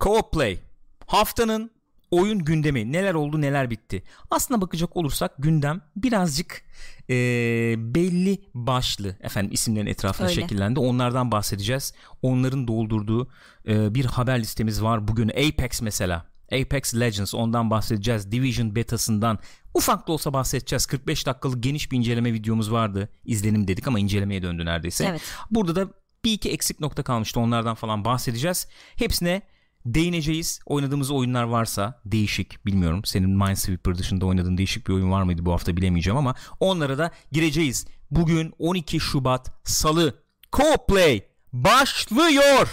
Co-op Play. Haftanın oyun gündemi. Neler oldu neler bitti. Aslına bakacak olursak gündem birazcık belli başlı isimlerin etrafında şekillendi. Onlardan bahsedeceğiz. Onların doldurduğu bir haber listemiz var bugün. Apex mesela. Apex Legends, ondan bahsedeceğiz. Division betasından ufak da olsa bahsedeceğiz. 45 dakikalık geniş bir inceleme videomuz vardı. İzlenim dedik ama incelemeye döndü neredeyse. Evet. Burada da bir iki eksik nokta kalmıştı. Onlardan falan bahsedeceğiz. Hepsine değineceğiz. Oynadığımız oyunlar varsa değişik, bilmiyorum. Senin Minesweeper dışında oynadığın değişik bir oyun var mıydı bu hafta bilemeyeceğim ama onlara da gireceğiz. Bugün 12 Şubat Salı. Co-op Play başlıyor.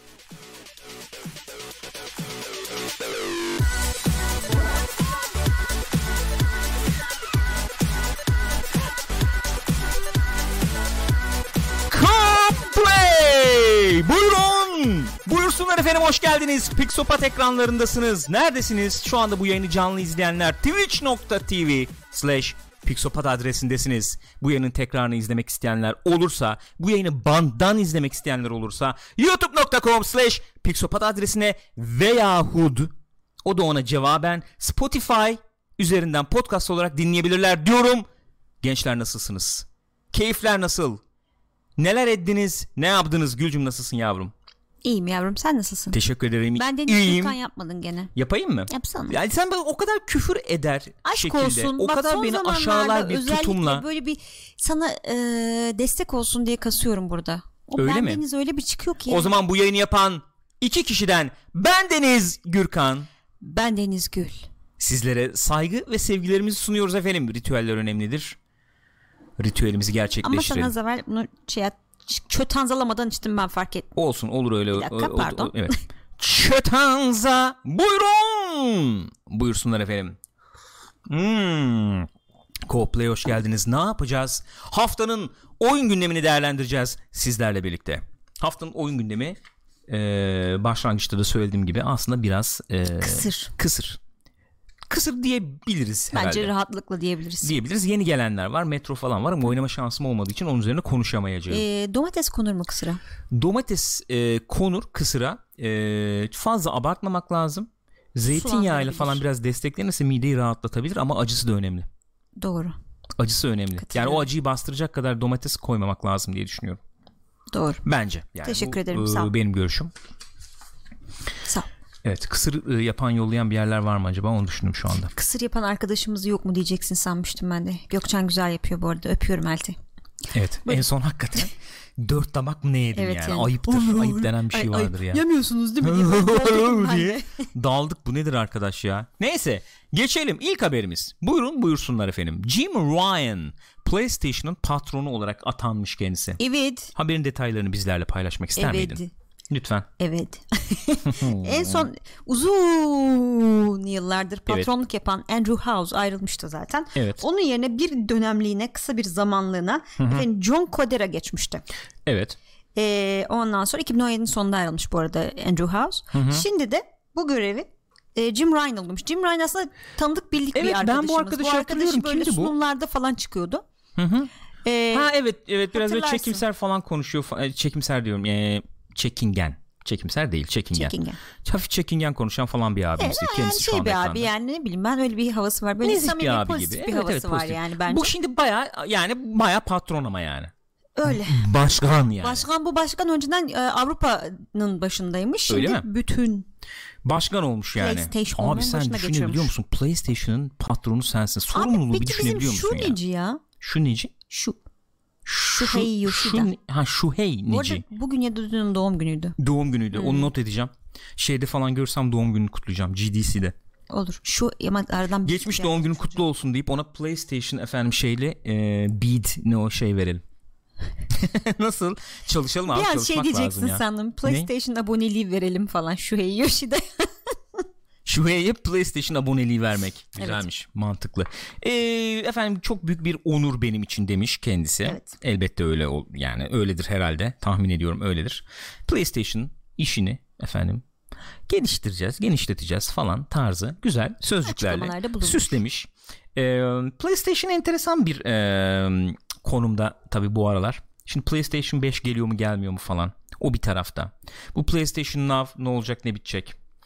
Buyurun. Buyursunlar efendim, hoş geldiniz. Pixopat ekranlarındasınız. Neredesiniz? Şu anda bu yayını canlı izleyenler twitch.tv/Pixopat adresindesiniz. Bu yayının tekrarını izlemek isteyenler olursa, bu yayını banddan izlemek isteyenler olursa youtube.com/Pixopat adresine veyahut o da ona cevaben Spotify üzerinden podcast olarak dinleyebilirler diyorum. Gençler nasılsınız? Keyifler nasıl? Neler ettiniz? Ne yaptınız? Gülcüm nasılsın yavrum? İyiyim yavrum, sen nasılsın? Teşekkür ederim. Ben Deniz Gürkan yapmadın gene. Yapayım mı? Yapsana. Yani sen böyle o kadar küfür eder aşk şekilde. Olsun. O bak, kadar beni aşağılar bir tutumla. Böyle bir sana destek olsun diye kasıyorum burada. Öyle mi? Deniz öyle bir çıkıyor ki. O zaman bu yayını yapan iki kişiden ben Deniz Gürkan, ben Deniz Gül. sizlere saygı ve sevgilerimizi sunuyoruz efendim. Ritüeller önemlidir. Ritüelimizi gerçekleştirelim. Ama sen az evvel bunu çötanzalamadan içtim, ben fark ettim. Olsun, olur öyle. Bir dakika, pardon. Evet. Çötanza buyurun. Buyursunlar efendim. Co-op Play hoş geldiniz. Ne yapacağız? Haftanın oyun gündemini değerlendireceğiz sizlerle birlikte. Haftanın oyun gündemi başlangıçta da söylediğim gibi aslında biraz kısır diyebiliriz herhalde. Bence rahatlıkla diyebiliriz. Yeni gelenler var, Metro falan var ama oynama şansım olmadığı için onun üzerine konuşamayacağım. Domates konur mu kısıra? Domates konur kısıra. Fazla abartmamak lazım. Zeytinyağıyla falan biraz desteklenirse mideyi rahatlatabilir ama acısı da önemli. Doğru. Acısı önemli. Yani o acıyı bastıracak kadar domates koymamak lazım diye düşünüyorum. Doğru. Bence. Yani teşekkür ederim. Sağ ol. Benim görüşüm. Sağ ol. Evet, kısır yapan yollayan bir yerler var mı acaba, onu düşündüm şu anda. Kısır yapan arkadaşımız yok mu diyeceksin sanmıştım ben de. Gökçen güzel yapıyor bu arada, öpüyorum Elti. Evet. En son hakikaten 4 tabak mı ne yedim evet, yani. Ayıptır. Ayıp denen bir şey vardır ya. Yemiyorsunuz değil mi? diye daldık, bu nedir arkadaş ya. Neyse, geçelim ilk haberimiz. Buyursunlar efendim. Jim Ryan PlayStation'ın patronu olarak atanmış kendisi. Evet. Haberin detaylarını bizlerle paylaşmak ister miydin? Lütfen. Evet. En son uzun yıllardır patronluk yapan Andrew House ayrılmıştı zaten. Evet. Onun yerine bir dönemliğine, kısa bir zamanlığına John Codera geçmişti. Evet. Ondan sonra 2017'nin sonunda ayrılmış bu arada Andrew House. Şimdi de bu görevi Jim Ryan almış. Jim Ryan aslında tanıdık bildik bir arkadaşımız. Ben bu arkadaşı hatırlıyorum. Böyle kimdi bu? sunumlarda falan çıkıyordu. Evet biraz böyle çekimser falan konuşuyor. Çekimser diyorum. Çekimser değil, çekingen. Hafif çekingen konuşan falan bir abimizdi. Evet, yani bir abi, yani ne bileyim ben, öyle bir havası var. Böyle nezih bir abi pozitif gibi. Bir havası var yani bence. Bu şimdi baya patron ama yani. Öyle. Başkan yani. Bu başkan önceden Avrupa'nın başındaymış. Şimdi öyle mi? bütün başkan olmuş yani. PlayStation abi sen düşünebiliyor musun? PlayStation'ın patronu sensin. Sorumluluğu bir düşünebiliyor musun ya? Şu neci ya? Şu neci? Shuhei Yoshida. Shuhei neci? Bugün ya da dün doğum günüydü. Doğum günüydü. Onu not edeceğim. Şeyde falan görsem doğum gününü kutlayacağım. GDC'de. Olur. Şu aradan geçmiş doğum günü kutlu olsun deyip ona PlayStation bead ne o şey verelim. Nasıl? Çalışalım abi, çalışmak lazım ya. Diyeceksin sandım. PlayStation aboneliği verelim falan Shuhei Yoshida. Shuhei'ye PlayStation aboneliği vermek güzelmiş, evet. Mantıklı. Çok büyük bir onur benim için demiş kendisi. Evet. Elbette öyle, yani öyledir herhalde, tahmin ediyorum öyledir. PlayStation işini genişleteceğiz falan tarzı güzel sözcüklerle süslemiş. PlayStation enteresan bir konumda tabii bu aralar. Şimdi PlayStation 5 geliyor mu gelmiyor mu falan, o bir tarafta. Bu PlayStation Now ne olacak ne bitecek?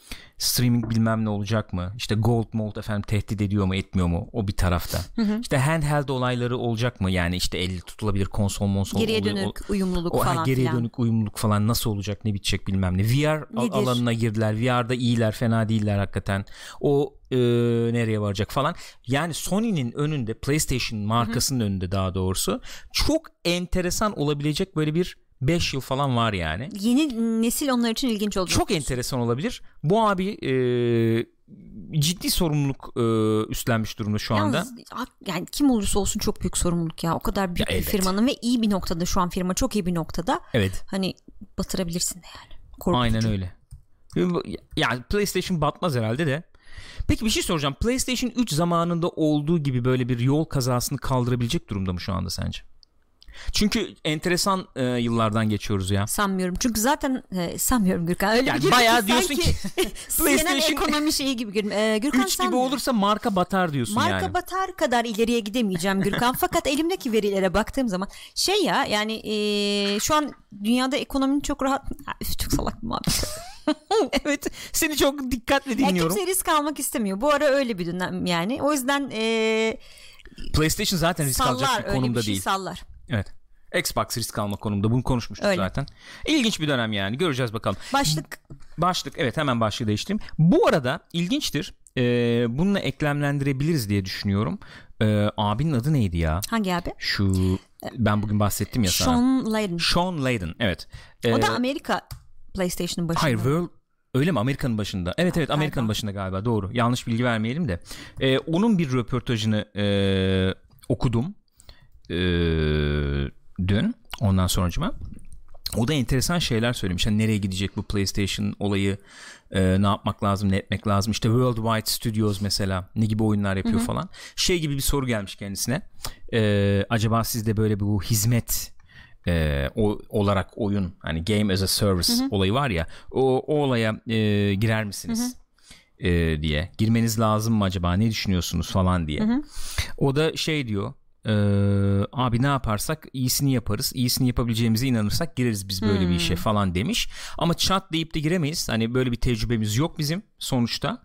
streaming bilmem ne olacak mı? İşte gold efendim tehdit ediyor mu etmiyor mu? O bir tarafta. İşte handheld olayları olacak mı? Yani işte elle tutulabilir konsol geriye dönük uyumluluk falan. Geriye dönük uyumluluk falan nasıl olacak, ne bitecek bilmem ne. VR alanına girdiler. VR'da iyiler, fena değiller hakikaten. O nereye varacak falan. Yani Sony'nin önünde, PlayStation markasının önünde daha doğrusu çok enteresan olabilecek böyle bir 5 yıl falan var yani. Yeni nesil onlar için ilginç olacak. Çok enteresan olabilir. Bu abi ciddi sorumluluk üstlenmiş durumda şu anda. Yalnız, yani kim olursa olsun çok büyük sorumluluk ya. O kadar büyük bir firmanın ve iyi bir noktada şu an firma çok iyi bir noktada. Evet. Hani batırabilirsin de yani. Korkutucu. Aynen öyle. Yani PlayStation batmaz herhalde de. Peki bir şey soracağım. PlayStation 3 zamanında olduğu gibi böyle bir yol kazasını kaldırabilecek durumda mı şu anda sence? Çünkü enteresan yıllardan geçiyoruz ya. Sanmıyorum. Çünkü zaten sanmıyorum Gürkan. Öyle yani bayağı diyorsun ki PlayStation ekonomi şeyi gibi. Gürkan 3 gibi olursa marka batar diyorsun yani. Marka batar kadar ileriye gidemeyeceğim Gürkan. Fakat elimdeki verilere baktığım zaman yani şu an dünyada ekonominin çok rahat. Çok salak bir muhabbet. Evet, seni çok dikkatle dinliyorum. Kimse risk almak istemiyor. Bu ara öyle bir dönem yani. O yüzden PlayStation zaten risk alacak bir konumda değil. Sallar. Evet. Xbox risk alma konumda. Bunu konuşmuştuk zaten. İlginç bir dönem yani. Göreceğiz bakalım. Başlık evet, hemen başlığı değiştireyim. Bu arada ilginçtir. Bununla eklemlendirebiliriz diye düşünüyorum. Abinin adı neydi ya? Hangi abi? Şu ben bugün bahsettim ya sana. Sean Layden. Evet. O da Amerika PlayStation'ın başında. Hayır, öyle mi? Amerika'nın başında. Evet Amerika'nın başında galiba. Doğru. Yanlış bilgi vermeyelim de. Onun bir röportajını okudum. Dün ondan sonracıma o da enteresan şeyler söylemiş. Yani nereye gidecek bu PlayStation olayı, ne yapmak lazım, ne etmek lazım. İşte Worldwide Studios mesela ne gibi oyunlar yapıyor falan. Şey gibi bir soru gelmiş kendisine. Acaba sizde böyle bu hizmet olarak oyun, hani Game as a Service olayı var ya, o olaya girer misiniz? Diye. Girmeniz lazım mı acaba? Ne düşünüyorsunuz falan diye. O da şey diyor. Abi ne yaparsak iyisini yaparız. İyisini yapabileceğimize inanırsak gireriz biz böyle bir işe falan demiş. Ama çat deyip de giremeyiz. Hani böyle bir tecrübemiz yok bizim sonuçta.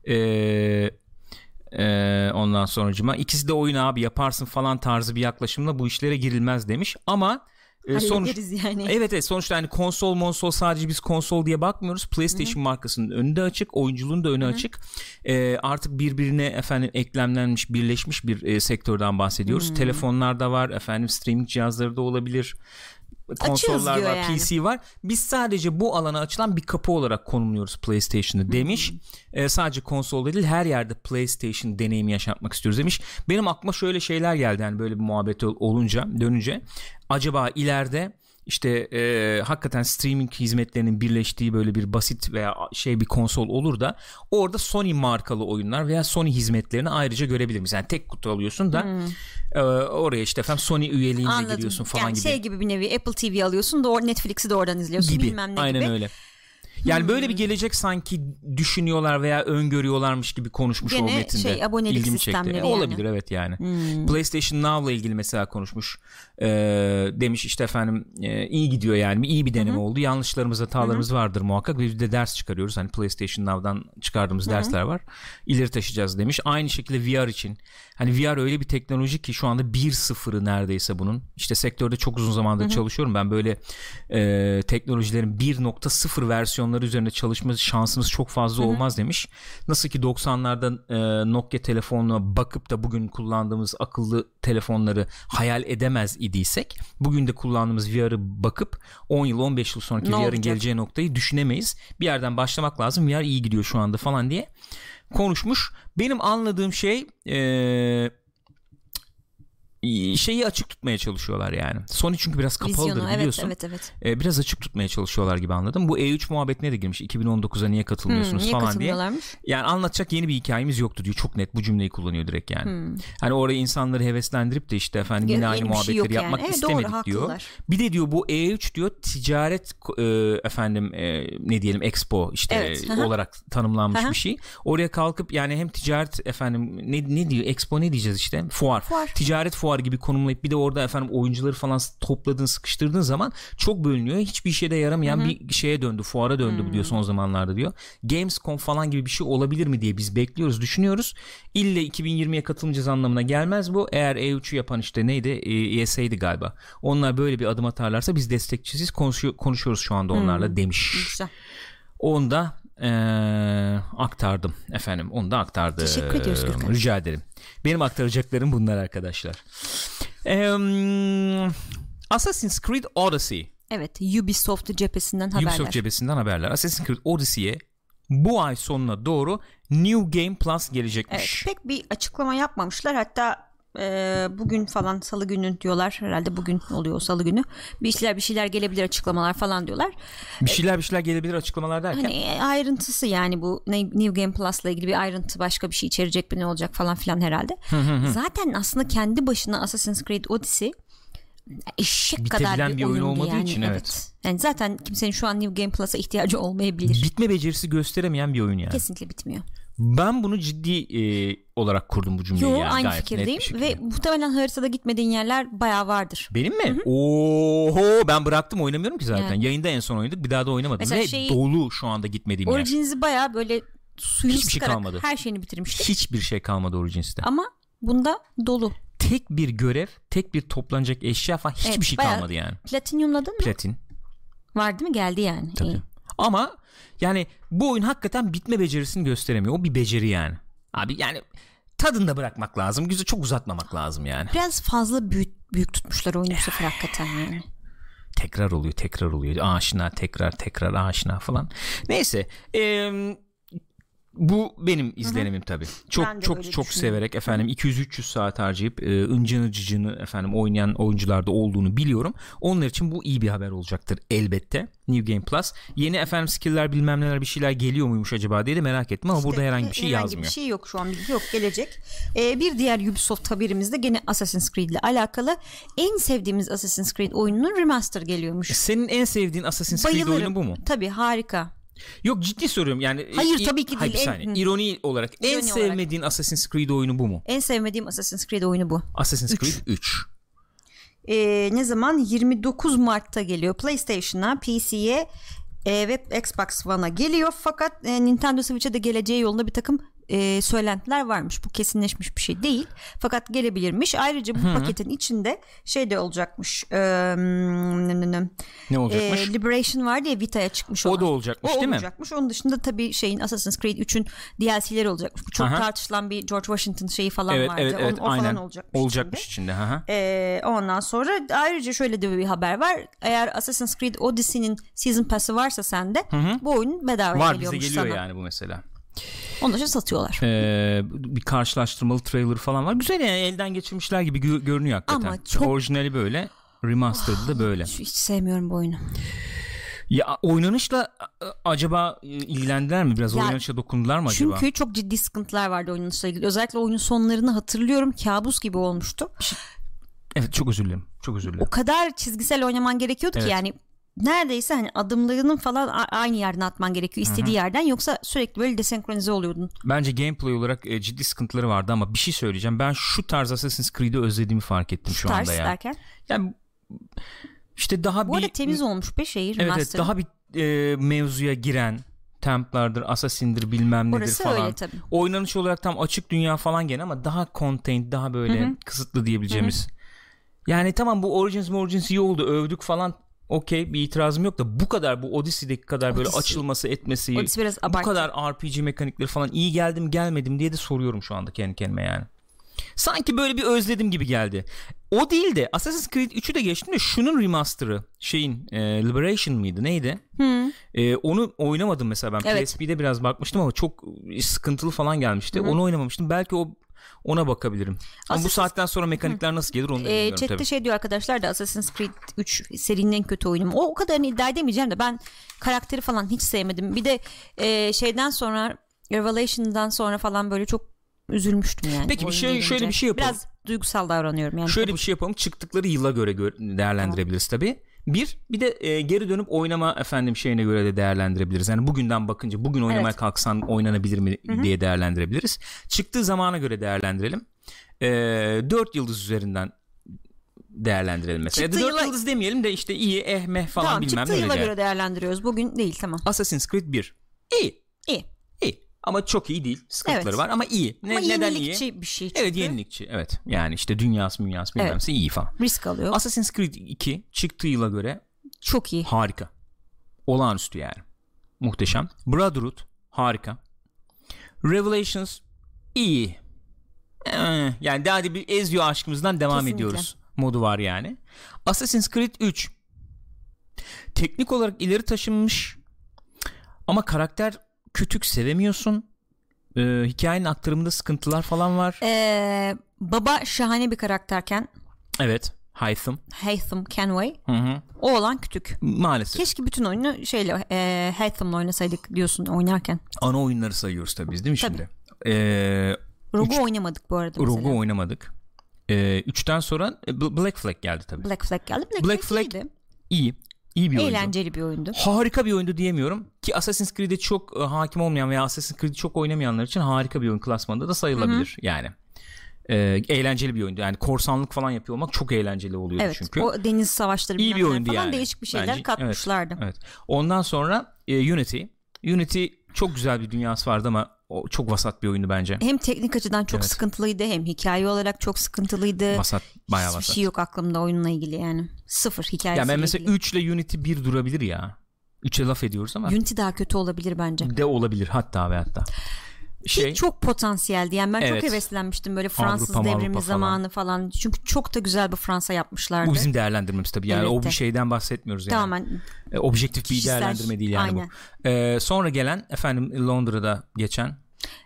Ondan sonracıma ikisi de oyun abi yaparsın falan tarzı bir yaklaşımla bu işlere girilmez demiş. Ama yani. Evet sonuçta hani konsol sadece biz konsol diye bakmıyoruz. PlayStation markasının önü de açık, oyunculuğun da önü açık. Artık birbirine efendim eklemlenmiş, birleşmiş bir sektörden bahsediyoruz. Telefonlar da var, efendim streaming cihazları da olabilir. Konsollar var, yani. PC var. Biz sadece bu alana açılan bir kapı olarak konumluyoruz PlayStation'ı demiş. Sadece konsolda değil, her yerde PlayStation deneyimi yaşatmak istiyoruz demiş. Benim aklıma şöyle şeyler geldi yani böyle bir muhabbet dönünce. Acaba ileride işte hakikaten streaming hizmetlerinin birleştiği böyle bir basit veya bir konsol olur da orada Sony markalı oyunlar veya Sony hizmetlerini ayrıca görebilir miyiz? Yani tek kutu alıyorsun da oraya işte efendim Sony üyeliğine giriyorsun falan yani gibi. Şey gibi bir nevi Apple TV alıyorsun da Netflix'i de oradan izliyorsun gibi. Bilmem ne Aynen gibi. Öyle. Yani böyle bir gelecek sanki düşünüyorlar veya öngörüyorlarmış gibi konuşmuş o metinde. Abonelik sistemleri yani. Olabilir evet yani. PlayStation Now'la ilgili mesela konuşmuş. Demiş işte efendim iyi gidiyor yani. İyi bir deneme oldu. Yanlışlarımız, hatalarımız vardır muhakkak. Biz de ders çıkarıyoruz. Hani PlayStation Now'dan çıkardığımız dersler var. İleri taşıyacağız demiş. Aynı şekilde VR için. Hani VR öyle bir teknoloji ki şu anda 1.0'ı neredeyse bunun. İşte sektörde çok uzun zamandır çalışıyorum. Ben böyle teknolojilerin 1.0 versiyonları üzerinde çalışma şansınız çok fazla olmaz demiş. Nasıl ki 90'larda Nokia telefonuna bakıp da bugün kullandığımız akıllı telefonları hayal edemez idiysek, bugün de kullandığımız VR'ı bakıp 10 yıl 15 yıl sonraki VR'ın geleceği noktayı düşünemeyiz. Bir yerden başlamak lazım. VR iyi gidiyor şu anda falan diye konuşmuş. Benim anladığım şey şeyi açık tutmaya çalışıyorlar yani. Sony çünkü biraz kapalıdır biliyorsun. Evet. Biraz açık tutmaya çalışıyorlar gibi anladım. Bu E3 muhabbetine de girmiş. 2019'a niye katılmıyorsunuz niye falan diye. Yani anlatacak yeni bir hikayemiz yoktu diyor. Çok net bu cümleyi kullanıyor direkt yani. Hani oraya insanları heveslendirip de işte efendim yine aynı muhabbetleri yapmak istemedik doğru, diyor. Haklılar. Bir de diyor bu E3 diyor ticaret ne diyelim expo işte olarak tanımlanmış bir şey. Oraya kalkıp yani hem ticaret efendim ne diyor expo ne diyeceğiz işte fuar. Ticaret fuarı fuar gibi konumlayıp bir de orada efendim oyuncuları falan topladığın, sıkıştırdığın zaman çok bölünüyor. Hiçbir işe de yaramayan bir şeye döndü, fuara döndü bu diyor son zamanlarda diyor. Gamescom falan gibi bir şey olabilir mi diye biz bekliyoruz, düşünüyoruz. İlle 2020'ye katılmayacağız anlamına gelmez bu. Eğer E3'ü yapan işte neydi? ESA'ydı galiba. Onlar böyle bir adım atarlarsa biz destekçisiz, konuşuyoruz şu anda onlarla demiş. Güzel. Onu da aktardım efendim. Onu da aktardım. Teşekkür ediyoruz Gürkan. Rica ederim. Benim aktaracaklarım bunlar arkadaşlar. Assassin's Creed Odyssey. Evet, Ubisoft cephesinden haberler. Ubisoft cephesinden haberler. Assassin's Creed Odyssey'e bu ay sonuna doğru New Game Plus gelecekmiş. Evet, pek bir açıklama yapmamışlar. Hatta bugün falan salı günü diyorlar. Herhalde bugün oluyor salı günü. Bir şeyler gelebilir açıklamalar falan diyorlar. Bir şeyler gelebilir açıklamalar derken. Hani ayrıntısı yani bu New Game Plus'la ilgili bir ayrıntı, başka bir şey içerecek mi, ne olacak falan filan herhalde. Zaten aslında kendi başına Assassin's Creed Odyssey eşek kadar bir oyun olmadığı yani. için evet. Yani zaten kimsenin şu an New Game Plus'a ihtiyacı olmayabilir. Bitme becerisi gösteremeyen bir oyun yani. Kesinlikle bitmiyor. Ben bunu ciddi olarak kurdum bu cümleyi. Yo, yani. aynı Gayet fikirdeyim ve muhtemelen haritada gitmediğin yerler bayağı vardır. Benim mi? Oho, ben bıraktım, oynamıyorum ki zaten. Yani. Yayında en son oynadık, bir daha da oynamadım. Mesela ve dolu şu anda gitmediğim yer. Origins'i bayağı böyle suyunu hiçbir sıkarak şey kalmadı. her şeyini bitirmiştik. Hiçbir şey kalmadı Origins'te. Ama bunda dolu. Tek bir görev, tek bir toplanacak eşya falan hiçbir şey kalmadı yani. Platinumladın mı? Platin. Var değil mi? Geldi yani. Tabii. İyi. Ama yani bu oyun hakikaten bitme becerisini gösteremiyor. O bir beceri yani. Abi yani tadında bırakmak lazım. Güzel, çok uzatmamak lazım yani. Biraz fazla büyük tutmuşlar oyunu bu sefer hakikaten yani. Tekrar oluyor. Aşina, tekrar aşina falan. Neyse. Bu benim izlenimim tabii. Çok severek efendim 200-300 saat harcayıp ıncını cıcını efendim oynayan oyuncularda olduğunu biliyorum. Onlar için bu iyi bir haber olacaktır elbette. New Game Plus. Yeni efendim skill'ler bilmem neler bir şeyler geliyor muymuş acaba diye de merak ettim ama işte, burada herhangi bir şey yazmıyor. Herhangi bir şey yok şu an, bilgi yok, gelecek. Bir diğer Ubisoft haberimiz de gene Assassin's Creed ile alakalı. En sevdiğimiz Assassin's Creed oyununun remaster geliyormuş. Senin en sevdiğin Assassin's Creed oyunu bu mu? Tabii, harika. Yok, ciddi soruyorum yani. Hayır tabii ki değil. Bir saniye. İroni olarak en sevmediğin Assassin's Creed oyunu bu mu? En sevmediğim Assassin's Creed oyunu bu. Assassin's Creed 3. Ne zaman? 29 Mart'ta geliyor PlayStation'a, PC'ye ve Xbox One'a geliyor. Fakat Nintendo Switch'e de geleceği yolunda bir takım söylentiler varmış. Bu kesinleşmiş bir şey değil. Fakat gelebilirmiş. Ayrıca bu paketin içinde şey de olacakmış. Ne olacakmış? Liberation vardı ya, Vita'ya çıkmış olan. O da olacakmış değil mi? O olacakmış. Onun dışında tabii Assassin's Creed 3'ün DLC'leri olacakmış. Bu çok tartışılan bir George Washington şeyi falan vardı. Evet, o aynen. falan olacakmış içinde. Ondan sonra ayrıca şöyle de bir haber var. Eğer Assassin's Creed Odyssey'nin Season Pass'ı varsa sende, bu oyun bedava geliyormuş sana. Var, bize geliyor yani bu mesela. Onu da satıyorlar. Bir karşılaştırmalı trailer falan var. Güzel yani, elden geçirmişler gibi görünüyor hakikaten. Ama çok... Orijinali böyle, remastered'ı da böyle. Hiç sevmiyorum bu oyunu. Ya oynanışla acaba ilgilendiler mi? Biraz oynanışa dokundular mı acaba? Çünkü çok ciddi sıkıntılar vardı oynanışla ilgili. Özellikle oyunun sonlarını hatırlıyorum. Kabus gibi olmuştu. Evet, çok özür dilerim. O kadar çizgisel oynaman gerekiyordu ki yani neredeyse hani adımlarının falan aynı yerden atman gerekiyor, istediği yerden, yoksa sürekli böyle desenkronize oluyordun. Bence gameplay olarak ciddi sıkıntıları vardı ama bir şey söyleyeceğim. Ben şu tarz Assassin's Creed'i özlediğimi fark ettim şu anda ya. Derken? Yani işte daha bu arada temiz olmuş bir şehir. Evet, daha bir mevzuya giren, Templar'dır, Assassin'dir, bilmem nedir orası falan. Öyle, tabii. Oynanış olarak tam açık dünya falan gene ama daha contained, daha böyle kısıtlı diyebileceğimiz. Yani tamam, bu Origins iyi oldu, övdük falan. Okey, bir itirazım yok da bu kadar, bu Odyssey'deki kadar böyle açılması etmesi, bu kadar RPG mekanikleri falan iyi geldi mi gelmedi mi diye de soruyorum şu anda kendi kendime yani. Sanki böyle bir özledim gibi geldi. O değil de Assassin's Creed 3'ü de geçtim de şunun remaster'ı Liberation mıydı neydi? Onu oynamadım mesela ben. Evet. PSP'de biraz bakmıştım ama çok sıkıntılı falan gelmişti. Onu oynamamıştım. Belki ona bakabilirim. Ama bu saatten sonra mekanikler nasıl gelir onu da bilmiyorum tabii. Chat'te şey diyor arkadaşlar da, Assassin's Creed 3 serinin en kötü oyunu. O kadarını iddia edemeyeceğim de ben karakteri falan hiç sevmedim. Bir de şeyden sonra, Revelation'dan sonra falan böyle çok üzülmüştüm yani. Peki şöyle bir şey yapalım. Biraz duygusal davranıyorum yani. Şöyle bir şey yapalım. Çıktıkları yıla göre değerlendirebiliriz tabii. Bir de geri dönüp oynama şeyine göre de değerlendirebiliriz. Yani bugünden bakınca, bugün oynamaya kalksan oynanabilir mi diye değerlendirebiliriz. Çıktığı zamana göre değerlendirelim. 4 yıldız üzerinden değerlendirelim mesela. Ya da 4 yıldız demeyelim de işte iyi, meh falan tamam, bilmem ne. Çıktığı yıla göre değerlendiriyoruz. Bugün değil, tamam. Assassin's Creed 1. İyi. Ama çok iyi değil. Sıkıntıları var ama iyi. Ama neden iyi? yenilikçi bir şey çıktı. Evet, yenilikçi. Evet. Yani işte dünyası bilmemse iyi falan. Risk alıyor. Assassin's Creed 2 çıktığı yıla göre çok iyi. Harika. Olağanüstü yani. Muhteşem. Brotherhood harika. Revelations iyi. Yani daha bir Ezio aşkımızdan devam Kesinlikle. ediyoruz. Modu var yani. Assassin's Creed 3 teknik olarak ileri taşınmış ama karakter kütük, sevemiyorsun. Hikayenin aktarımında sıkıntılar falan var. Baba şahane bir karakterken. Evet. Haytham Kenway. Hı. O olan kütük. Maalesef. Keşke bütün oyunu Haytham'la oynasaydık diyorsun oynarken. Ana oyunları sayıyoruz tabii biz, değil mi şimdi? Rogue'u oynamadık bu arada. Rogue'u oynamadık. 3'ten sonra Black Flag geldi tabii. Black Flag geldi. Black Flag iyi bir oyundu. Eğlenceli bir oyundu. Harika bir oyundu diyemiyorum ki Assassin's Creed'e çok hakim olmayan veya Assassin's Creed'i çok oynamayanlar için harika bir oyun klasmanında da sayılabilir. Hı-hı. Yani eğlenceli bir oyundu. Yani korsanlık falan yapıyor olmak çok eğlenceli oluyordu çünkü. O deniz savaşları iyi bir oyundu falan yani. Değişik bir şeyler bence, katmışlardı. Evet. Ondan sonra Unity çok güzel bir dünyası vardı ama o çok vasat bir oyundu bence. Hem teknik açıdan çok sıkıntılıydı, hem hikaye olarak çok sıkıntılıydı. Bayağı vasat. Hiçbir şey yok aklımda oyunla ilgili yani. Sıfır hikayesiyle yani ben mesela ilgili. 3 ile Unity 1 durabilir ya. 3'e laf ediyoruz ama. Unity daha kötü olabilir bence. De olabilir hatta. Çok potansiyeldi. Yani ben çok heveslenmiştim böyle Fransız devrimi zamanı falan. Çünkü çok da güzel bir Fransa yapmışlardı. Bu bizim değerlendirmemiz tabii. Yani o bir şeyden bahsetmiyoruz yani. Tamamen objektif bir değerlendirme değil yani bu. Sonra gelen Londra'da geçen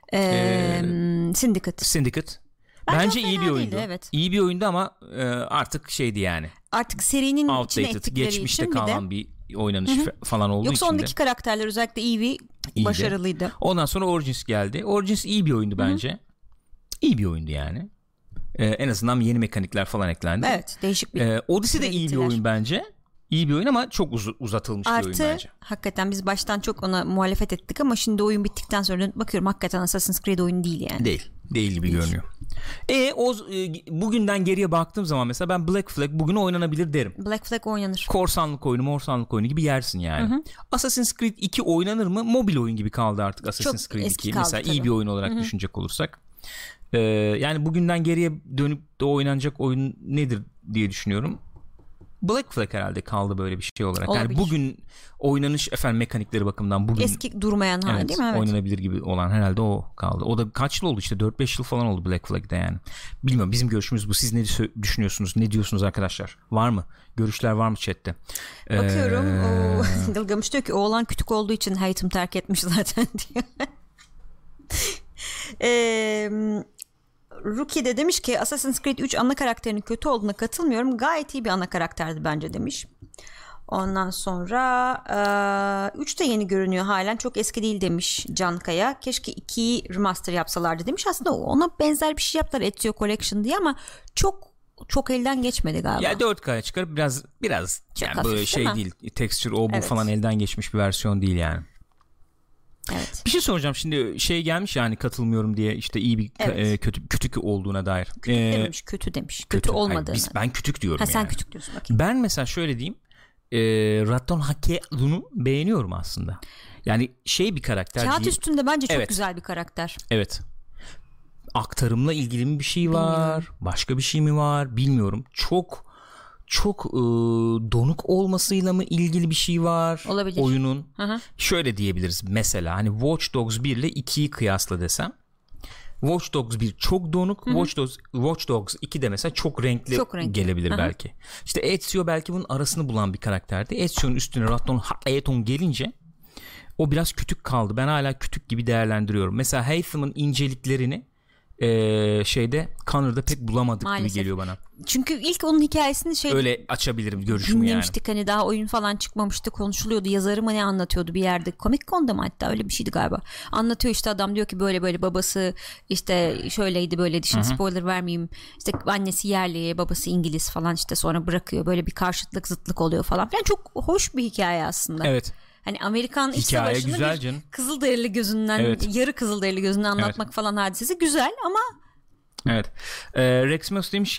Syndicate. Bence iyi bir oyundu. Evet. İyi bir oyundu ama artık şeydi yani. Artık serinin outdated, içine ettikleri geçmişte için kalan bir oynanış falan olduğu için. Yoksa ondaki karakterler özellikle iyiydi. Başarılıydı. Ondan sonra Origins geldi. Origins iyi bir oyundu bence. İyi bir oyundu yani. En azından yeni mekanikler falan eklendi. Evet, değişik bir. Odyssey de iyi bir oyun bence. İyi bir oyun ama çok uzatılmış bir oyun bence. Hakikaten biz baştan çok ona muhalefet ettik ama şimdi oyun bittikten sonra bakıyorum hakikaten Assassin's Creed oyunu değil yani. Değil gibi görünüyor. Bugünden geriye baktığım zaman mesela ben Black Flag bugün oynanabilir derim. Black Flag oynanır. Korsanlık oyunu gibi yersin yani. Hı-hı. Assassin's Creed 2 oynanır mı? Mobil oyun gibi kaldı artık Assassin's Creed 2. Mesela iyi bir oyun olarak düşünecek olursak. Yani bugünden geriye dönüp de oynanacak oyun nedir diye düşünüyorum. Black Flag herhalde kaldı böyle bir şey olarak. Olabilir. Yani bugün oynanış mekanikleri bakımından bugün eski durmayan hali değil mi? Evet. Oynanabilir gibi olan herhalde o kaldı. O da kaç yıl oldu işte 4-5 yıl falan oldu Black Flag'de yani. Bilmiyorum, bizim görüşümüz bu. Siz ne düşünüyorsunuz? Ne diyorsunuz arkadaşlar? Var mı? Görüşler var mı chatte? Bakıyorum. Gılgamış diyor ki oğlan kütük olduğu için Haytham terk etmiş zaten diyor. Rookie de demiş ki Assassin's Creed 3 ana karakterinin kötü olduğuna katılmıyorum. Gayet iyi bir ana karakterdi bence demiş. Ondan sonra 3 de yeni görünüyor halen. Çok eski değil demiş Can Kaya. Keşke 2'yi remaster yapsalardı demiş. Aslında ona benzer bir şey yaptılar Ezio Collection diye ama çok elden geçmedi galiba. Ya 4K'ya çıkarıp biraz yani hafif, böyle şey değil. Texture bu falan elden geçmiş bir versiyon değil yani. Evet. Bir şey soracağım şimdi gelmiş yani katılmıyorum diye işte iyi bir kütük olduğuna dair. Kötü demiş. Kötü olmadığını. Ben kütük diyorum sen yani. kütük diyorsun bakayım. Ben mesela şöyle diyeyim. Raton Hakelu'nu beğeniyorum aslında. Yani bir karakter Kağıt değil. Üstünde bence çok güzel bir karakter. Evet. Aktarımla ilgili mi bir şey var? Bilmiyorum. Başka bir şey mi var? Bilmiyorum. Çok donuk olmasıyla mı ilgili bir şey var? Olabilir. Oyunun. Hı-hı. Şöyle diyebiliriz mesela hani Watch Dogs 1 ile 2'yi kıyasla desem. Watch Dogs 1 çok donuk. Watch Dogs 2 de mesela çok renkli gelebilir belki. İşte Ezio belki bunun arasını bulan bir karakterdi. Ezio'nun üstüne Raton Haketon gelince o biraz kütük kaldı. Ben hala kütük gibi değerlendiriyorum. Mesela Haytham'ın inceliklerini Connor'da pek bulamadık gibi geliyor bana. Çünkü ilk onun hikayesini öyle açabilirim görüşümü dinlemiştik hani daha oyun falan çıkmamıştı, konuşuluyordu. Yazarı mı ne anlatıyordu bir yerde. Comic Con'da mı hatta öyle bir şeydi galiba. Anlatıyor işte adam diyor ki böyle babası işte şöyleydi böyleydi. Şimdi spoiler vermeyeyim. İşte annesi yerli, babası İngiliz falan işte sonra bırakıyor. Böyle bir karşıtlık zıtlık oluyor falan. Yani çok hoş bir hikaye aslında. Evet. Hani Amerikan iç savaşını bir Kızılderili gözünden yarı Kızılderili gözünden anlatmak falan hadisesi güzel ama evet. Rex Moss demiş ki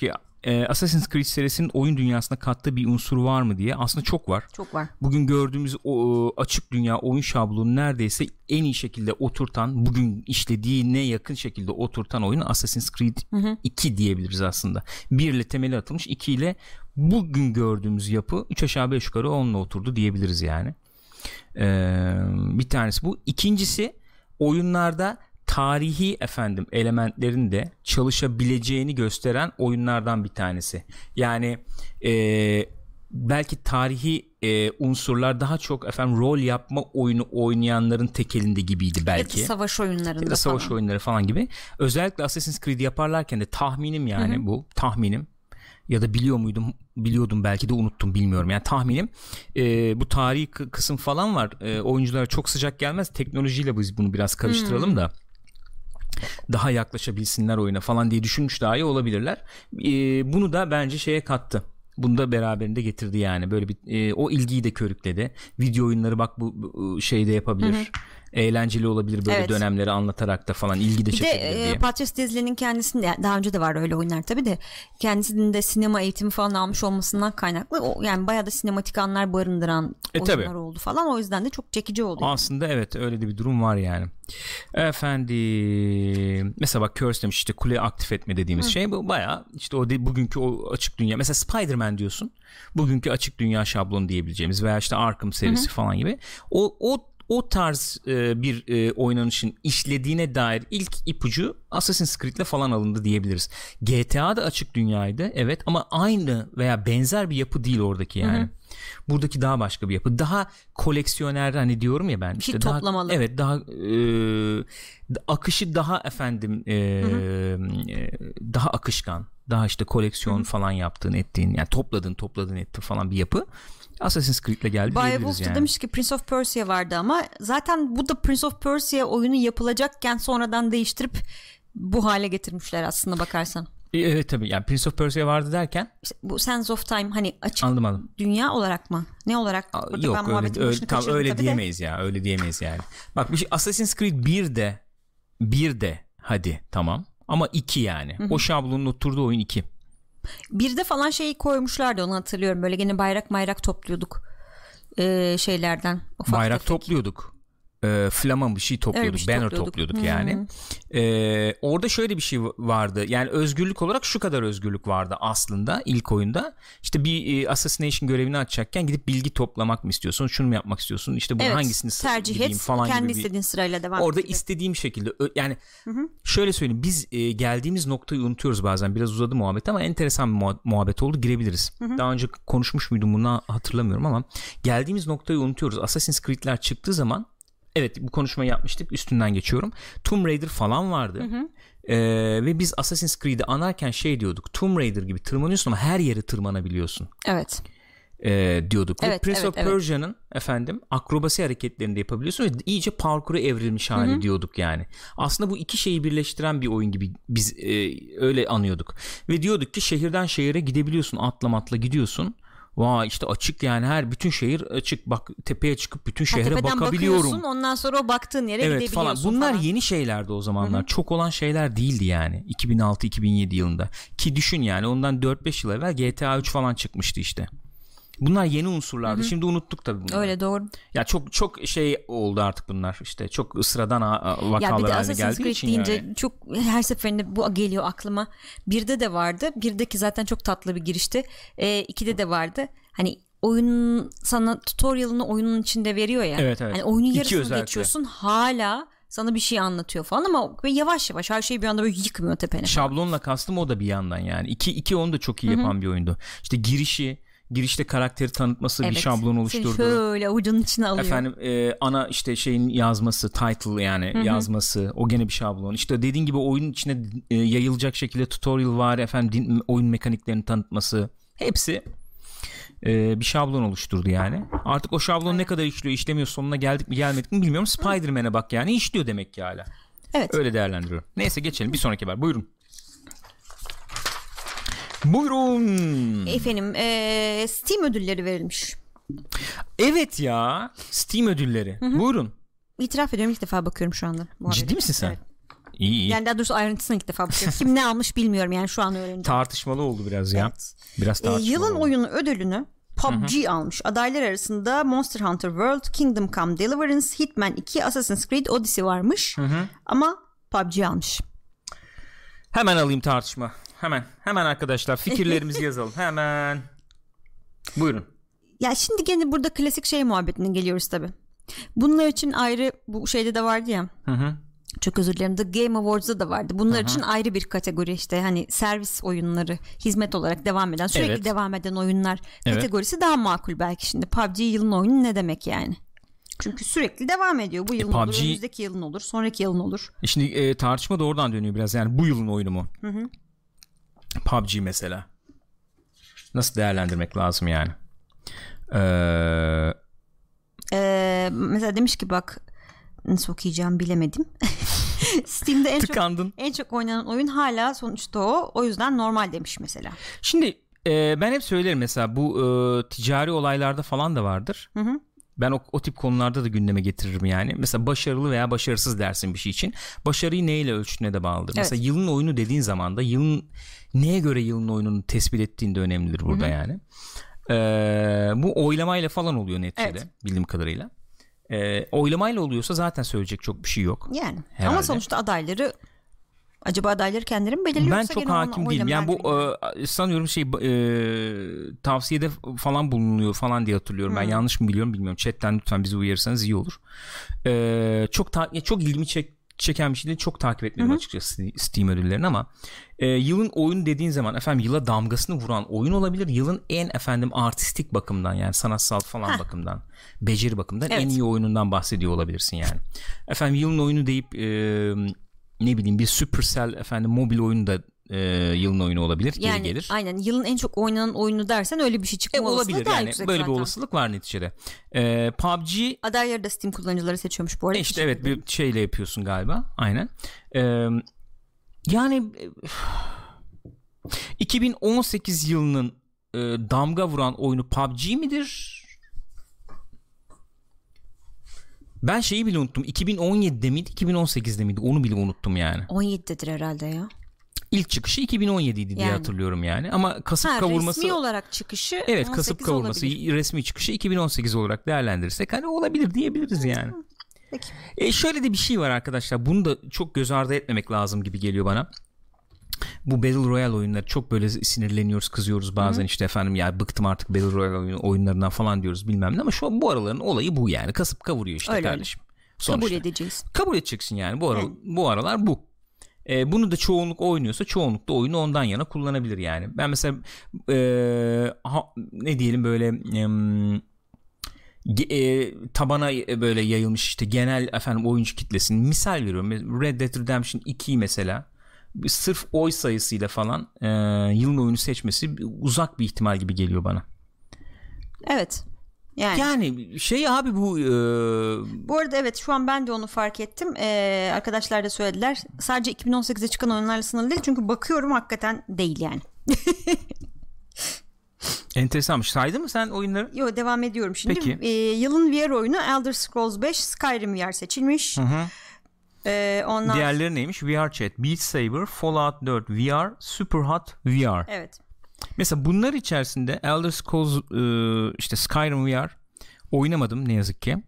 Assassin's Creed serisinin oyun dünyasına kattığı bir unsur var mı diye, aslında çok var. Çok var. Bugün gördüğümüz o açık dünya oyun şablonu neredeyse en iyi şekilde oturtan, bugün işlediğine yakın şekilde oturtan oyun Assassin's Creed 2 diyebiliriz aslında. 1 ile temeli atılmış, 2 ile bugün gördüğümüz yapı 3 aşağı 5 yukarı onunla oturdu diyebiliriz yani. Bir tanesi bu. İkincisi, oyunlarda tarihi elementlerin de çalışabileceğini gösteren oyunlardan bir tanesi. Yani belki tarihi unsurlar daha çok rol yapma oyunu oynayanların tekelinde gibiydi belki. Ya da savaş oyunlarında ya da savaş falan. oyunları falan gibi. Özellikle Assassin's Creed yaparlarken de tahminim yani bu tahminim. Ya da biliyordum belki de unuttum, bilmiyorum. Yani tahminim bu tarihi kısım falan var. Oyunculara çok sıcak gelmez. Teknolojiyle biz bunu biraz karıştıralım da daha yaklaşabilsinler oyuna falan diye düşünmüş dahi olabilirler. Bunu da bence şeye kattı. Bunu da beraberinde getirdi yani. Böyle bir o ilgiyi de körükledi. Video oyunları bak bu şeyde yapabilir. Eğlenceli olabilir böyle dönemleri anlatarak da falan, ilgi de çekebilir diye. Patrice Desile'nin kendisinde, daha önce de var öyle oyunlar tabii de, kendisinin de sinema eğitimi falan almış olmasından kaynaklı yani bayağı da sinematik anlar barındıran oyunlar oldu falan. O yüzden de çok çekici oldu. Aslında evet, öyle de bir durum var yani. Mesela bak Curse demiş, işte kule aktif etme dediğimiz şey bu bayağı işte bugünkü o açık dünya. Mesela Spider-Man diyorsun. Bugünkü açık dünya şablonu diyebileceğimiz veya işte Arkham serisi falan gibi. O tarz bir oynanışın işlediğine dair ilk ipucu Assassin's Creed'le falan alındı diyebiliriz. GTA da açık dünyaydı evet, ama aynı veya benzer bir yapı değil oradaki yani. Buradaki daha başka bir yapı. Daha koleksiyoner, hani diyorum ya ben. Bir şey toplamalı. Daha, evet, daha akışı daha daha akışkan. Daha işte koleksiyon falan yaptığın, ettiğin, yani topladığın ettiğin falan bir yapı. Assassin's Creed'le geldi diyebiliriz yani. demiş ki Prince of Persia vardı ama zaten bu da Prince of Persia oyunu yapılacakken sonradan değiştirip bu hale getirmişler aslında bakarsan. Evet tabii, yani Prince of Persia vardı derken İşte bu Sands of Time hani açık anladım. Dünya olarak mı? Ne olarak? Yok öyle diyemeyiz ya. Öyle diyemeyiz yani. Bak bir şey, Assassin's Creed 1 de hadi tamam ama 2 yani. O şablonun oturduğu oyun 2. Bir de falan şeyi koymuşlardı, onu hatırlıyorum. Böyle gene bayrak topluyorduk. Şeylerden. Bayrak topluyorduk. Flaman bir şey topluyorduk. Bir şey banner topluyorduk yani. Orada şöyle bir şey vardı. Yani özgürlük olarak şu kadar özgürlük vardı aslında ilk oyunda. İşte bir assassination görevini açacakken gidip bilgi toplamak mı istiyorsun? Şunu mu yapmak istiyorsun? İşte bunu hangisini tercih et falan kendi gibi istediğin sırayla devam et. Orada istediğim şekilde yani şöyle söyleyeyim, biz geldiğimiz noktayı unutuyoruz bazen. Biraz uzadı muhabbet ama enteresan bir muhabbet oldu. Girebiliriz. Daha önce konuşmuş muydum bunu hatırlamıyorum ama geldiğimiz noktayı unutuyoruz. Assassin's Creed'ler çıktığı zaman, evet bu konuşmayı yapmıştık, üstünden geçiyorum. Tomb Raider falan vardı. Ve biz Assassin's Creed'i anarken şey diyorduk. Tomb Raider gibi tırmanıyorsun ama her yere tırmanabiliyorsun. Evet. Diyorduk. Ve Prince of Persia'nın akrobasi hareketlerini de yapabiliyorsun ve iyice parkura evrilmiş hali diyorduk yani. Aslında bu iki şeyi birleştiren bir oyun gibi biz öyle anıyorduk. Ve diyorduk ki şehirden şehire gidebiliyorsun, atla gidiyorsun. Vay işte açık yani, bütün şehir açık, bak tepeye çıkıp bütün şehre bakabiliyorum. Ondan sonra o baktığın yere gidebiliyorsun falan. Bunlar yeni şeylerdi o zamanlar. Çok olan şeyler değildi yani 2006-2007 yılında. Ki düşün yani, ondan 4-5 yıl evvel GTA 3 falan çıkmıştı işte. Bunlar yeni unsurlardı. Şimdi unuttuk tabii bunları. Öyle, doğru. Ya çok şey oldu artık bunlar. İşte çok sıradan vakalar haline geldiği için deyince yani. Çok her seferinde bu geliyor aklıma. Birde de vardı. Birdeki zaten çok tatlı bir girişti. 2'de de vardı. Hani oyun sana tutorial'ını oyunun içinde veriyor ya. Evet. Hani oyunun yarısını geçiyorsun, hala sana bir şey anlatıyor falan ama yavaş yavaş her şeyi bir anda böyle yıkmıyor tepene. Şablonla kastım o da bir yandan yani. 2 onu da çok iyi yapan bir oyundu. İşte girişte karakteri tanıtması, bir şablon oluşturdu. Seni şöyle avucunun içine alıyor. Ana işte şeyin yazması, title yani yazması, o gene bir şablon. İşte dediğin gibi oyunun içine yayılacak şekilde tutorial var, oyun mekaniklerini tanıtması, hepsi bir şablon oluşturdu yani. Artık o şablon ne kadar işliyor, işlemiyor, sonuna geldik mi gelmedik mi bilmiyorum. Spider-Man'e bak yani, işliyor demek ki hala. Evet. Öyle değerlendiriyorum. Neyse geçelim bir sonraki haber. Buyurun. Efendim Steam ödülleri verilmiş. Evet ya, Steam ödülleri. Buyurun. İtiraf ediyorum, ilk defa bakıyorum şu anda. Ciddi misin sen? Evet. İyi. Yani daha doğrusu ayrıntısına ilk defa bakıyorum. Kim ne almış bilmiyorum yani şu an öğrendim. Tartışmalı oldu biraz ya. Evet. Biraz tartışmalı yılın oldu. oyunu ödülünü PUBG almış. Adaylar arasında Monster Hunter World, Kingdom Come Deliverance, Hitman 2, Assassin's Creed Odyssey varmış. Ama PUBG almış. Hemen alayım tartışma. Hemen arkadaşlar fikirlerimizi yazalım. Hemen. Buyurun. Ya şimdi gene burada klasik şey muhabbetine geliyoruz tabii. Bunlar için ayrı, bu şeyde de vardı ya. Çok özür dilerim. The Game Awards'da da vardı. Bunlar için ayrı bir kategori, işte hani servis oyunları, hizmet olarak devam eden, sürekli devam eden oyunlar kategorisi daha makul belki şimdi. PUBG yılın oyunu ne demek yani? Çünkü sürekli devam ediyor. Bu yılın olur, önümüzdeki yılın olur, sonraki yılın olur. Şimdi tartışma da oradan dönüyor biraz. Yani bu yılın oyunu mu? PUBG mesela. Nasıl değerlendirmek lazım yani? Mesela demiş ki bak, nasıl okuyacağım bilemedim. Steam'de en çok oynanan oyun hala sonuçta o yüzden normal demiş mesela. Şimdi ben hep söylerim mesela bu ticari olaylarda falan da vardır. Ben o tip konularda da gündeme getiririm yani. Mesela başarılı veya başarısız dersin bir şey için. Başarıyı neyle ölçtüğüne de bağlıdır. Evet. Mesela yılın oyunu dediğin zaman da neye göre yılın oyununu tespit ettiğin de önemlidir burada yani. Bu oylamayla falan oluyor neticede bildiğim kadarıyla. Oylamayla oluyorsa zaten söyleyecek çok bir şey yok. Yani herhalde. Ama sonuçta acaba adayları kendileri mi belirliyor? Ben çok hakim değilim. Yani bu sanıyorum tavsiyede falan bulunuyor falan diye hatırlıyorum. Ben yanlış mı biliyorum bilmiyorum. Chat'ten lütfen bizi uyarırsanız iyi olur. Çok ilgimi çeken bir şey değil. Çok takip etmedim açıkçası Steam ödüllerini ama yılın oyunu dediğin zaman yıla damgasını vuran oyun olabilir. Yılın en artistik bakımdan, yani sanatsal falan bakımdan, beceri bakımından en iyi oyunundan bahsediyor olabilirsin yani. Yılın oyunu deyip ne bileyim bir Supercell mobil oyunu da yılın oyunu olabilir. Yani, geri gelir. Aynen, yılın en çok oynanan oyunu dersen öyle bir şey çıkma olasılığı daha yani, yüksek böyle zaten. bir olasılık var neticede. PUBG adayları da Steam kullanıcıları seçiyormuş bu arada. İşte evet, bir şeyle yapıyorsun galiba. Aynen. Yani 2018 yılının damga vuran oyunu PUBG midir? Ben şeyi bile unuttum. 2017'de miydi, 2018'de miydi? Onu bile unuttum yani. 17'dedir herhalde ya. İlk çıkışı 2017'ydi diye hatırlıyorum yani. Ama kasıp kavurması... Resmi olarak çıkışı evet, kasıp kavurması olabilir. Resmi çıkışı 2018 olarak değerlendirirsek olabilir diyebiliriz yani. Peki. Şöyle de bir şey var arkadaşlar. Bunu da çok göz ardı etmemek lazım gibi geliyor bana. Bu Battle Royale oyunları çok böyle sinirleniyoruz, kızıyoruz bazen. İşte ya bıktım artık Battle Royale oyunlarından falan diyoruz bilmem ne, ama bu araların olayı bu yani. Kasıp kavuruyor işte öyle kardeşim. Sonuçta. Kabul edeceğiz. Kabul edeceksin yani bu aralar bu. Bunu da çoğunluk oynuyorsa çoğunlukta oyunu ondan yana kullanabilir yani. Ben mesela ne diyelim böyle tabana böyle yayılmış işte genel oyuncu kitlesinin misal veriyorum. Red Dead Redemption 2'yi mesela sırf oy sayısıyla falan yılın oyunu seçmesi uzak bir ihtimal gibi geliyor bana. Evet. Yani abi bu bu arada evet, şu an ben de onu fark ettim. Arkadaşlar da söylediler. Sadece 2018'de çıkan oyunlarla sınırlı değil. Çünkü bakıyorum hakikaten değil yani. Enteresanmış. Saydın mı sen oyunları? Yok, devam ediyorum şimdi. Peki. Yılın VR oyunu Elder Scrolls 5 Skyrim VR seçilmiş. Diğerleri neymiş? VR Chat, Beat Saber, Fallout 4 VR, Superhot VR. Evet. Mesela bunlar içerisinde Elder Scrolls işte Skyrim VR oynamadım ne yazık ki.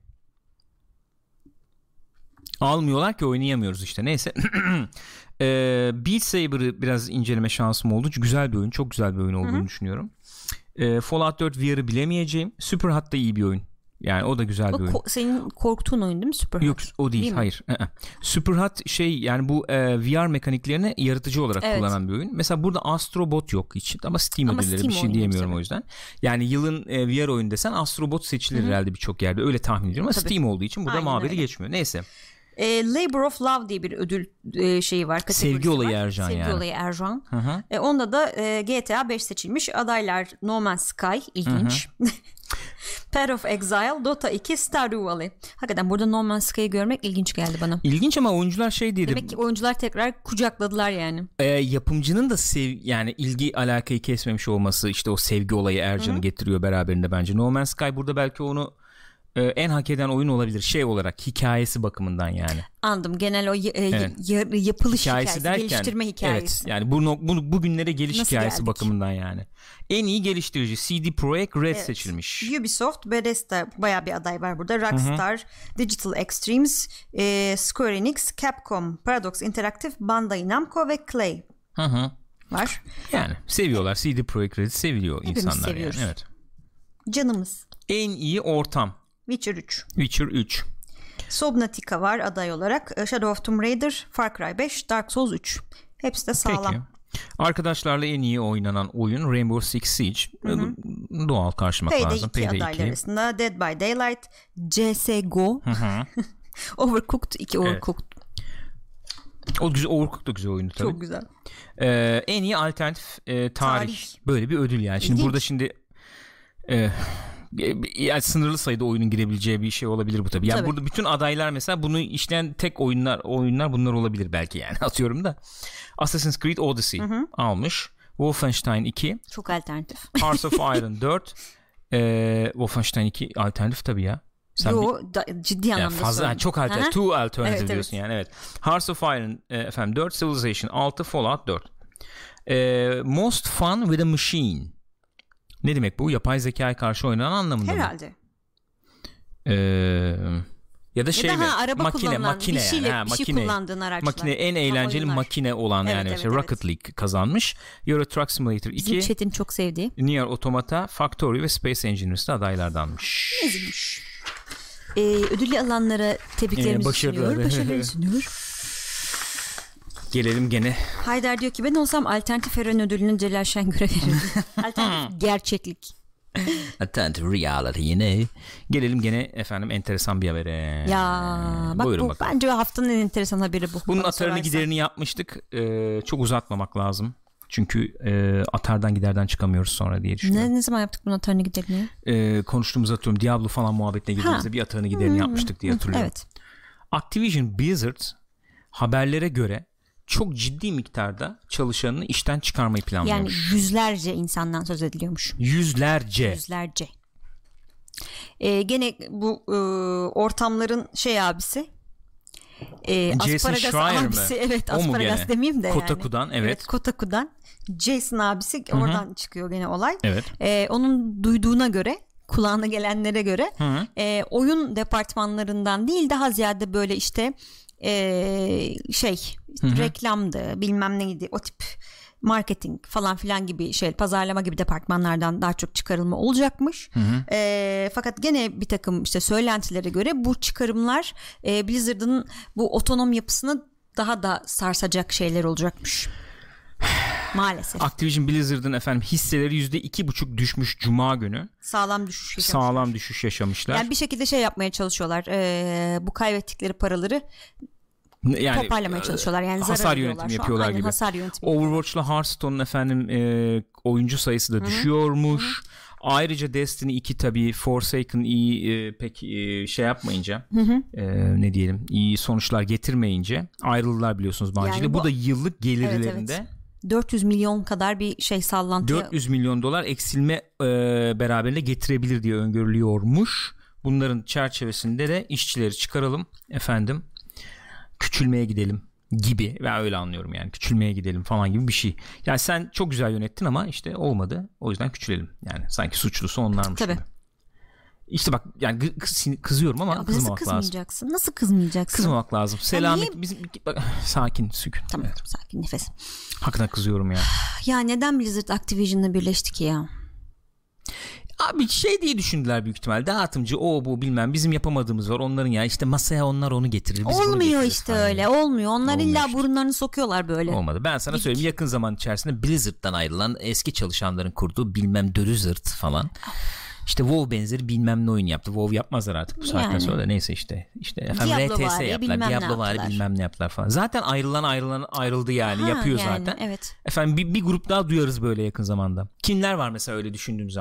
Almıyorlar ki oynayamıyoruz işte. Neyse. Beat Saber'ı biraz inceleme şansım oldu. Çünkü güzel bir oyun. Çok güzel bir oyun olduğunu düşünüyorum. Fallout 4 VR'ı bilemeyeceğim. Superhot da iyi bir oyun. Yani o da güzel bir oyun. Senin korktuğun oyun değil mi Superhot? Yok, o değil hayır. Superhot yani bu VR mekaniklerini yaratıcı olarak kullanan bir oyun. Mesela burada Astrobot yok hiç. Ama Steam ödülleri bir şey diyemiyorum o yüzden. Yani yılın VR oyunu desen Astrobot seçilir herhalde birçok yerde. Öyle tahmin ediyorum ama Steam olduğu için burada muhabiri geçmiyor. Neyse. Labor of Love diye bir ödül şeyi var. Sevgi olayı Ercan yani. Sevgi olayı Ercan. Onda da GTA 5 seçilmiş. Adaylar No Man's Sky, ilginç. Path of Exile, Dota 2, Stardew Valley. Hakikaten burada No Man's Sky'ı görmek ilginç geldi bana. İlginç ama oyuncular dedi. Demek ki oyuncular tekrar kucakladılar yani. Yapımcının da yani ilgi alakayı kesmemiş olması işte o sevgi olayı Ercan'ı getiriyor beraberinde bence. No Man's Sky burada belki onu en hak eden oyun olabilir şey olarak, hikayesi bakımından yani. Anladım. Genel o yapılış hikayesi derken, geliştirme hikayesi. Evet, yani bu bugünlere geliş nasıl hikayesi geldik bakımından yani. En iyi geliştirici CD Projekt Red seçilmiş. Ubisoft, Bethesda, bayağı bir aday var burada. Rockstar, Digital Extremes, Square Enix, Capcom, Paradox Interactive, Bandai Namco ve Clay var. Yani seviyorlar. CD Projekt Red'i seviyor hepimiz insanlar seviyoruz. yani. Evet. Canımız. En iyi ortam. Witcher 3. Subnautica var aday olarak. Shadow of Tomb Raider, Far Cry 5, Dark Souls 3. Hepsi de sağlam. Peki. Arkadaşlarla en iyi oynanan oyun Rainbow Six Siege. Doğal karşımak lazım. Payday 2 adaylar arasında Dead by Daylight, CSGO, Overcooked 2 Overcooked. Evet. O güzel, Overcooked da güzel oyunu tabii. Çok güzel. En iyi alternatif tarih. Böyle bir ödül yani. Şimdi burada yani sınırlı sayıda oyunun girebileceği bir şey olabilir bu tabii. Yani burada bütün adaylar mesela bunu işleyen tek oyunlar bunlar olabilir belki yani atıyorum da. Assassin's Creed Odyssey almış. Wolfenstein 2. Çok alternatif. Hearts of Iron 4. Wolfenstein 2 alternatif tabii ya. Ciddi anlamda fazla yani çok alternatif. Two alternative diyorsun yani evet. Hearts of Iron 4, Civilization 6, Fallout 4. Most Fun with a Machine. Ne demek bu? Yapay zekaya karşı oynanan anlamında herhalde. mı? Ya da şey mi? Araba makine bir şey kullandığın araçlar. Makine en eğlenceli makine olan yani. Evet. Rocket League kazanmış. Euro Truck Simulator 2. Bizim chat'in çok sevdiği. Nier Automata, Factorio ve Space Engineers de adaylardanmış. Ezilmiş. Ödüllü alanlara tebriklerimizi sunuyor. Gelelim gene. Haydar diyor ki ben olsam alternatif Eren ödülünü Celal Şengör'e verirdim. Alternatif gerçeklik. Alternative reality Gelelim gene efendim enteresan bir habere. Ya bak bu bence haftanın en enteresan haberi bu. Bunun atarını giderini yapmıştık. Çok uzatmamak lazım. Çünkü atardan giderden çıkamıyoruz sonra diye düşünüyorum. Ne zaman yaptık bunun atarını giderini? Konuştuğumuz atıyorum Diablo falan muhabbetine girdiğimizde bir atarını giderini yapmıştık diye hatırlıyorum. Evet. Activision Blizzard haberlere göre çok ciddi miktarda çalışanını işten çıkarmayı planlıyormuş. Yani yüzlerce insandan söz ediliyormuş. Yüzlerce. Gene bu ortamların abisi. Jason Schreier abisi, mi? Evet, Asparagas demeyeyim de Kotaku'dan, yani. evet. Kotaku'dan. Jason abisi oradan çıkıyor gene olay. Evet. Onun duyduğuna göre, kulağına gelenlere göre oyun departmanlarından değil daha ziyade böyle işte reklamdı bilmem neydi o tip marketing falan filan gibi pazarlama gibi departmanlardan daha çok çıkarılma olacakmış. Fakat gene bir takım işte söylentilere göre bu çıkarımlar Blizzard'ın bu otonom yapısını daha da sarsacak şeyler olacakmış. Maalesef. Activision Blizzard'ın hisseleri %2,5 düşmüş Cuma günü. Sağlam düşüş yaşamışlar. Yani bir şekilde yapmaya çalışıyorlar. Bu kaybettikleri paraları toparlamaya çalışıyorlar. Yani hasar yönetimi yapıyorlar gibi. Overwatch'la Hearthstone'un oyuncu sayısı da düşüyormuş. Ayrıca Destiny 2 tabii Forsaken iyi pek yapmayınca ne diyelim iyi sonuçlar getirmeyince ayrıldılar biliyorsunuz Bungie'de. Yani bu da yıllık gelirlerinde. Evet. 400 milyon kadar bir sallantı. 400 milyon dolar eksilme beraberinde getirebilir diye öngörülüyormuş. Bunların çerçevesinde de işçileri çıkaralım küçülmeye gidelim gibi. Ben öyle anlıyorum yani küçülmeye gidelim falan gibi bir şey. Yani sen çok güzel yönettin ama işte olmadı. O yüzden küçülelim. Yani sanki suçlusu onlarmış gibi. İşte bak yani kızıyorum ama kızmamak lazım. Nasıl kızmayacaksın? Kızmamak lazım. Selamet bizim sakin sükun. Tamam evet. Sakin nefes. Hakikaten kızıyorum ya. Ya neden Blizzard Activision'la birleşti ki ya? Abi diye düşündüler büyük ihtimal. Dağıtımcı bu bilmem bizim yapamadığımız var onların ya işte masaya onlar onu getirir. Biz olmuyor işte öyle olmuyor. Onlar illa burunlarını sokuyorlar böyle. Olmadı. Ben sana söyleyeyim yakın zaman içerisinde Blizzard'dan ayrılan eski çalışanların kurduğu bilmem Dörüzırt falan. İşte WoW benzeri bilmem ne oyun yaptı. WoW yapmazlar artık bu saatten sonra da neyse işte RTS yaptılar. Diablo var bilmem ne yaptılar falan. Zaten ayrılan ayrıldı yani yapıyor zaten. Evet. Bir grup daha duyarız böyle yakın zamanda. Kimler var mesela öyle düşündüğüm zaman?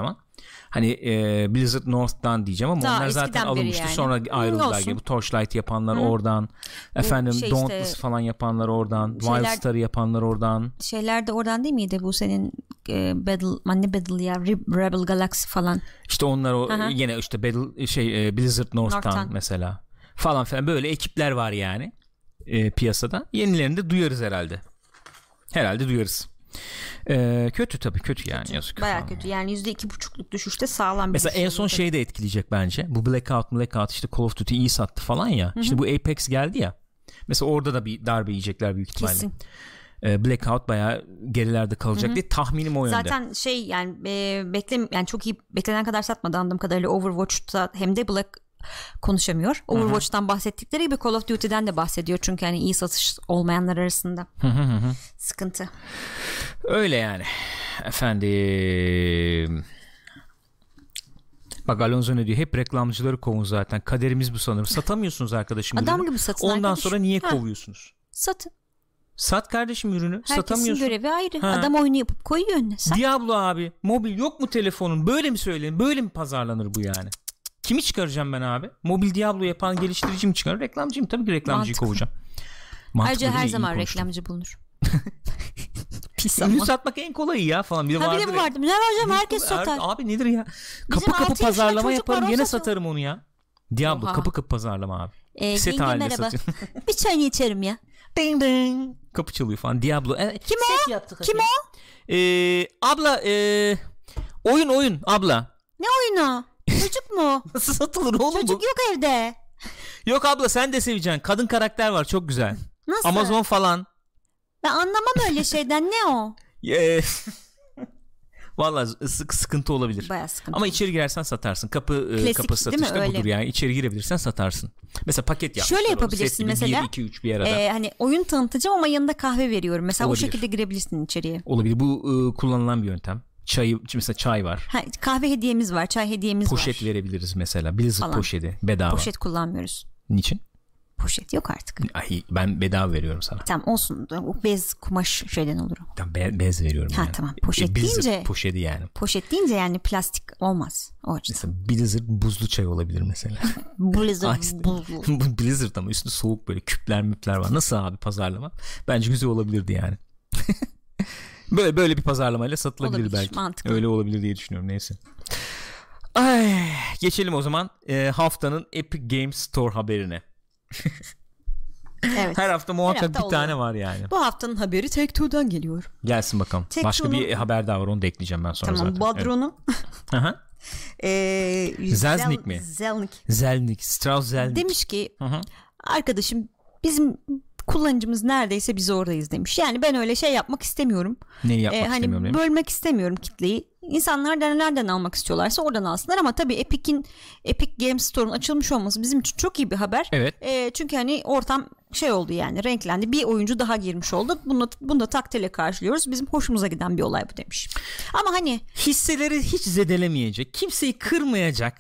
Hani Blizzard North'tan diyeceğim ama daha onlar zaten alınmıştı yani. sonra ayrıldılar gibi. Bu Torchlight yapanlar oradan. Efendim Dauntless işte, falan yapanlar oradan. Wildstar'ı yapanlar oradan. Şeyler de oradan değil miydi bu senin Battle ya Rebel Galaxy falan. İşte onlar yine işte Blizzard North'tan mesela. Falan böyle ekipler var yani piyasada. Yenilerini de duyarız herhalde. Herhalde duyarız. Kötü tabii kötü yani yazık. Bayağı kötü yani %2,5'luk düşüşte sağlam bir mesela en son şeyi de etkileyecek bence. Bu Blackout işte Call of Duty iyi sattı falan ya. Hı-hı. Şimdi bu Apex geldi ya. Mesela orada da bir darbe yiyecekler büyük ihtimalle. Kesin. Blackout bayağı gerilerde kalacak Hı-hı. diye tahminim o yönde. Zaten yani yani çok iyi beklenen kadar satmadı anladığım kadarıyla Overwatch'ta hem de konuşamıyor. Overwatch'tan bahsettikleri gibi Call of Duty'den de bahsediyor çünkü hani iyi satış olmayanlar arasında. Sıkıntı. Öyle yani. Efendim. Bak Alonso ne diyor? Hep reklamcıları kovun zaten. Kaderimiz bu sanırım. Satamıyorsunuz arkadaşım. Adam ürünü. Gibi satın. Ondan arkadaşım. Sonra niye kovuyorsunuz? Satın. Sat kardeşim ürünü. Herkesin satamıyorsun. Görevi ayrı. Adam oyunu yapıp koyuyor önüne. Sat. Diablo abi. Mobil yok mu telefonun? Böyle mi söylenir? Böyle mi pazarlanır bu yani? Kimi çıkaracağım ben abi? Mobil Diablo yapan geliştirici mi çıkarır? Reklamcıyım. Tabii ki reklamcıyı kovacağım. Ayrıca her zaman reklamcı bulunur. Ürün satmak en kolayı ya falan. Bir de vardır. Bir de vardı. Ne var hocam? Herkes satar. Abi nedir ya? Kapı pazarlama yaparım. Gene satarım onu ya. Diablo kapı pazarlama abi. Set halinde satıyorum. Bir çayını içerim ya. Ding ding. Kapı çalıyor falan. Diablo. Kim o? Kim o? Abla oyun abla. Ne oyunu? Çocuk mu? Nasıl satılır oğlum Çocuk bu? yok evde. Yok abla sen de seveceksin. Kadın karakter var çok güzel. Nasıl? Amazon falan. Ben anlamam öyle şeyden. Ne o? Vallahi sıkıntı olabilir. Bayağı sıkıntı. Ama içeri girersen satarsın. Kapı satışta budur yani. İçeri girebilirsen satarsın. Mesela paket yapmışlar. Şöyle yapabilirsin mesela. 1, 2, 3 bir arada. Hani oyun tanıtacağım ama yanında kahve veriyorum. Mesela olabilir. O şekilde girebilirsin içeriye. Olabilir. Bu kullanılan bir yöntem. Mesela çay var. Kahve hediyemiz var. Çay hediyemiz Poşet var. Poşet verebiliriz mesela. Blizzard poşeti bedava. Poşet kullanmıyoruz. Niçin? Poşet yok artık. Ay, ben bedava veriyorum sana. Tamam olsun. O bez kumaş şeyden olur. Tamam bez veriyorum yani. Tamam. Poşet deyince. Poşeti yani. Poşet deyince yani plastik olmaz. O mesela Blizzard buzlu çay olabilir mesela. Blizzard buzlu. Blizzard ama üstünde soğuk böyle küpler var. Nasıl abi pazarlama? Bence güzel olabilirdi yani. böyle bir pazarlamayla satılabilir olabilir, belki. Mantıklı. Öyle olabilir diye düşünüyorum neyse. Geçelim o zaman haftanın Epic Games Store haberine. Evet. Her hafta muhakkak bir tane var yani. Bu haftanın haberi Take-Two'dan geliyor. Gelsin bakalım. Başka bir haber daha var, onu da ekleyeceğim ben sonra zaten. Tamam, Badron'u. Zelnick mi? Zelnick. Strauss Zelnick. Demiş ki arkadaşım bizim kullanıcımız neredeyse biz oradayız demiş. Yani ben öyle şey yapmak istemiyorum. Neyi yapmak istemiyorum demiş. Bölmek istemiyorum kitleyi. İnsanlar nereden almak istiyorlarsa oradan alsınlar ama tabii Epic Games Store'un açılmış olması bizim için çok iyi bir haber. Evet. Çünkü hani ortam oldu yani renklendi. Bir oyuncu daha girmiş oldu. Bunu da takdirle karşılıyoruz. Bizim hoşumuza giden bir olay bu demiş. Ama hani hisseleri hiç zedelemeyecek, kimseyi kırmayacak.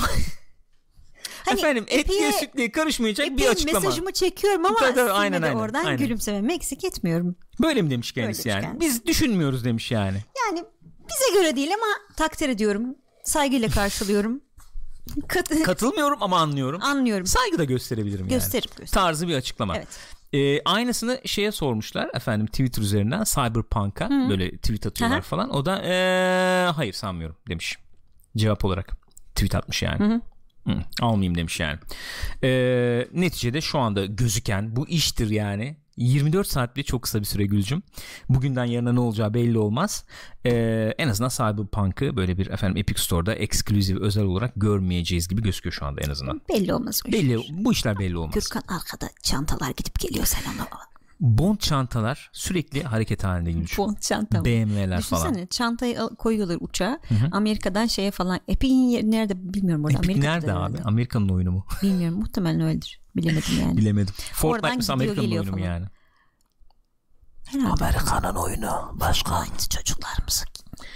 Hani efendim etliye sütlüye karışmayacak bir açıklama. Mesajımı çekiyorum ama aynen. oradan gülümsememi eksik etmiyorum. Böyle mi demiş kendisi yani? Kendisi. Biz düşünmüyoruz demiş yani. Yani bize göre değil ama takdir ediyorum. Saygıyla karşılıyorum. Katılmıyorum ama anlıyorum. Anlıyorum. Saygı da gösterebilirim yani. Tarzı bir açıklama. Evet. Aynısını sormuşlar efendim Twitter üzerinden Cyberpunk'a böyle tweet atıyorlar falan. O da hayır sanmıyorum demiş. Cevap olarak tweet atmış yani. Almayayım demiş yani. Neticede şu anda gözüken bu iştir yani. 24 saat bile çok kısa bir süre Gülcüm. Bugünden yarına ne olacağı belli olmaz. En azından Cyberpunk'ı böyle bir Epic Store'da eksklusif özel olarak görmeyeceğiz gibi gözüküyor şu anda en azından. Belli olmaz. Bu işler belli olmaz. Gürkan arkada çantalar gidip geliyor sen onu. Bond çantalar sürekli hareket halinde Gülcüm. Bond çanta mı? BMW'ler falan. Düşünsene çantayı koyuyorlar uçağa. Amerika'dan falan. Epic'in yeri nerede bilmiyorum orada. Epic nerede abi? Herhalde. Amerika'nın oyunu mu? Bilmiyorum, muhtemelen öyledir. Bilemedim yani. Bilemedim. Fortnite mesela Amerika'nın oyunu mu yani? Herhalde. Amerika'nın oyunu. Başka çocuklarımızın.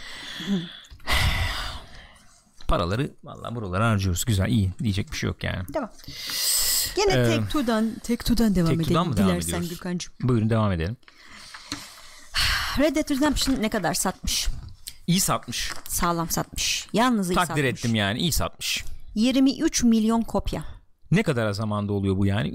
Paraları vallahi buralara harcıyoruz. Güzel, iyi. Diyecek bir şey yok yani. Tamam. Gene Take-Two'dan devam edelim. Dilersen Gürkan'cığım. Buyurun devam edelim. Red Dead Redemption ne kadar satmış? İyi satmış. Sağlam satmış. Yalnız iyi Takdir satmış. ettim yani, iyi satmış. 23 milyon kopya. Ne kadar zamanda oluyor bu yani?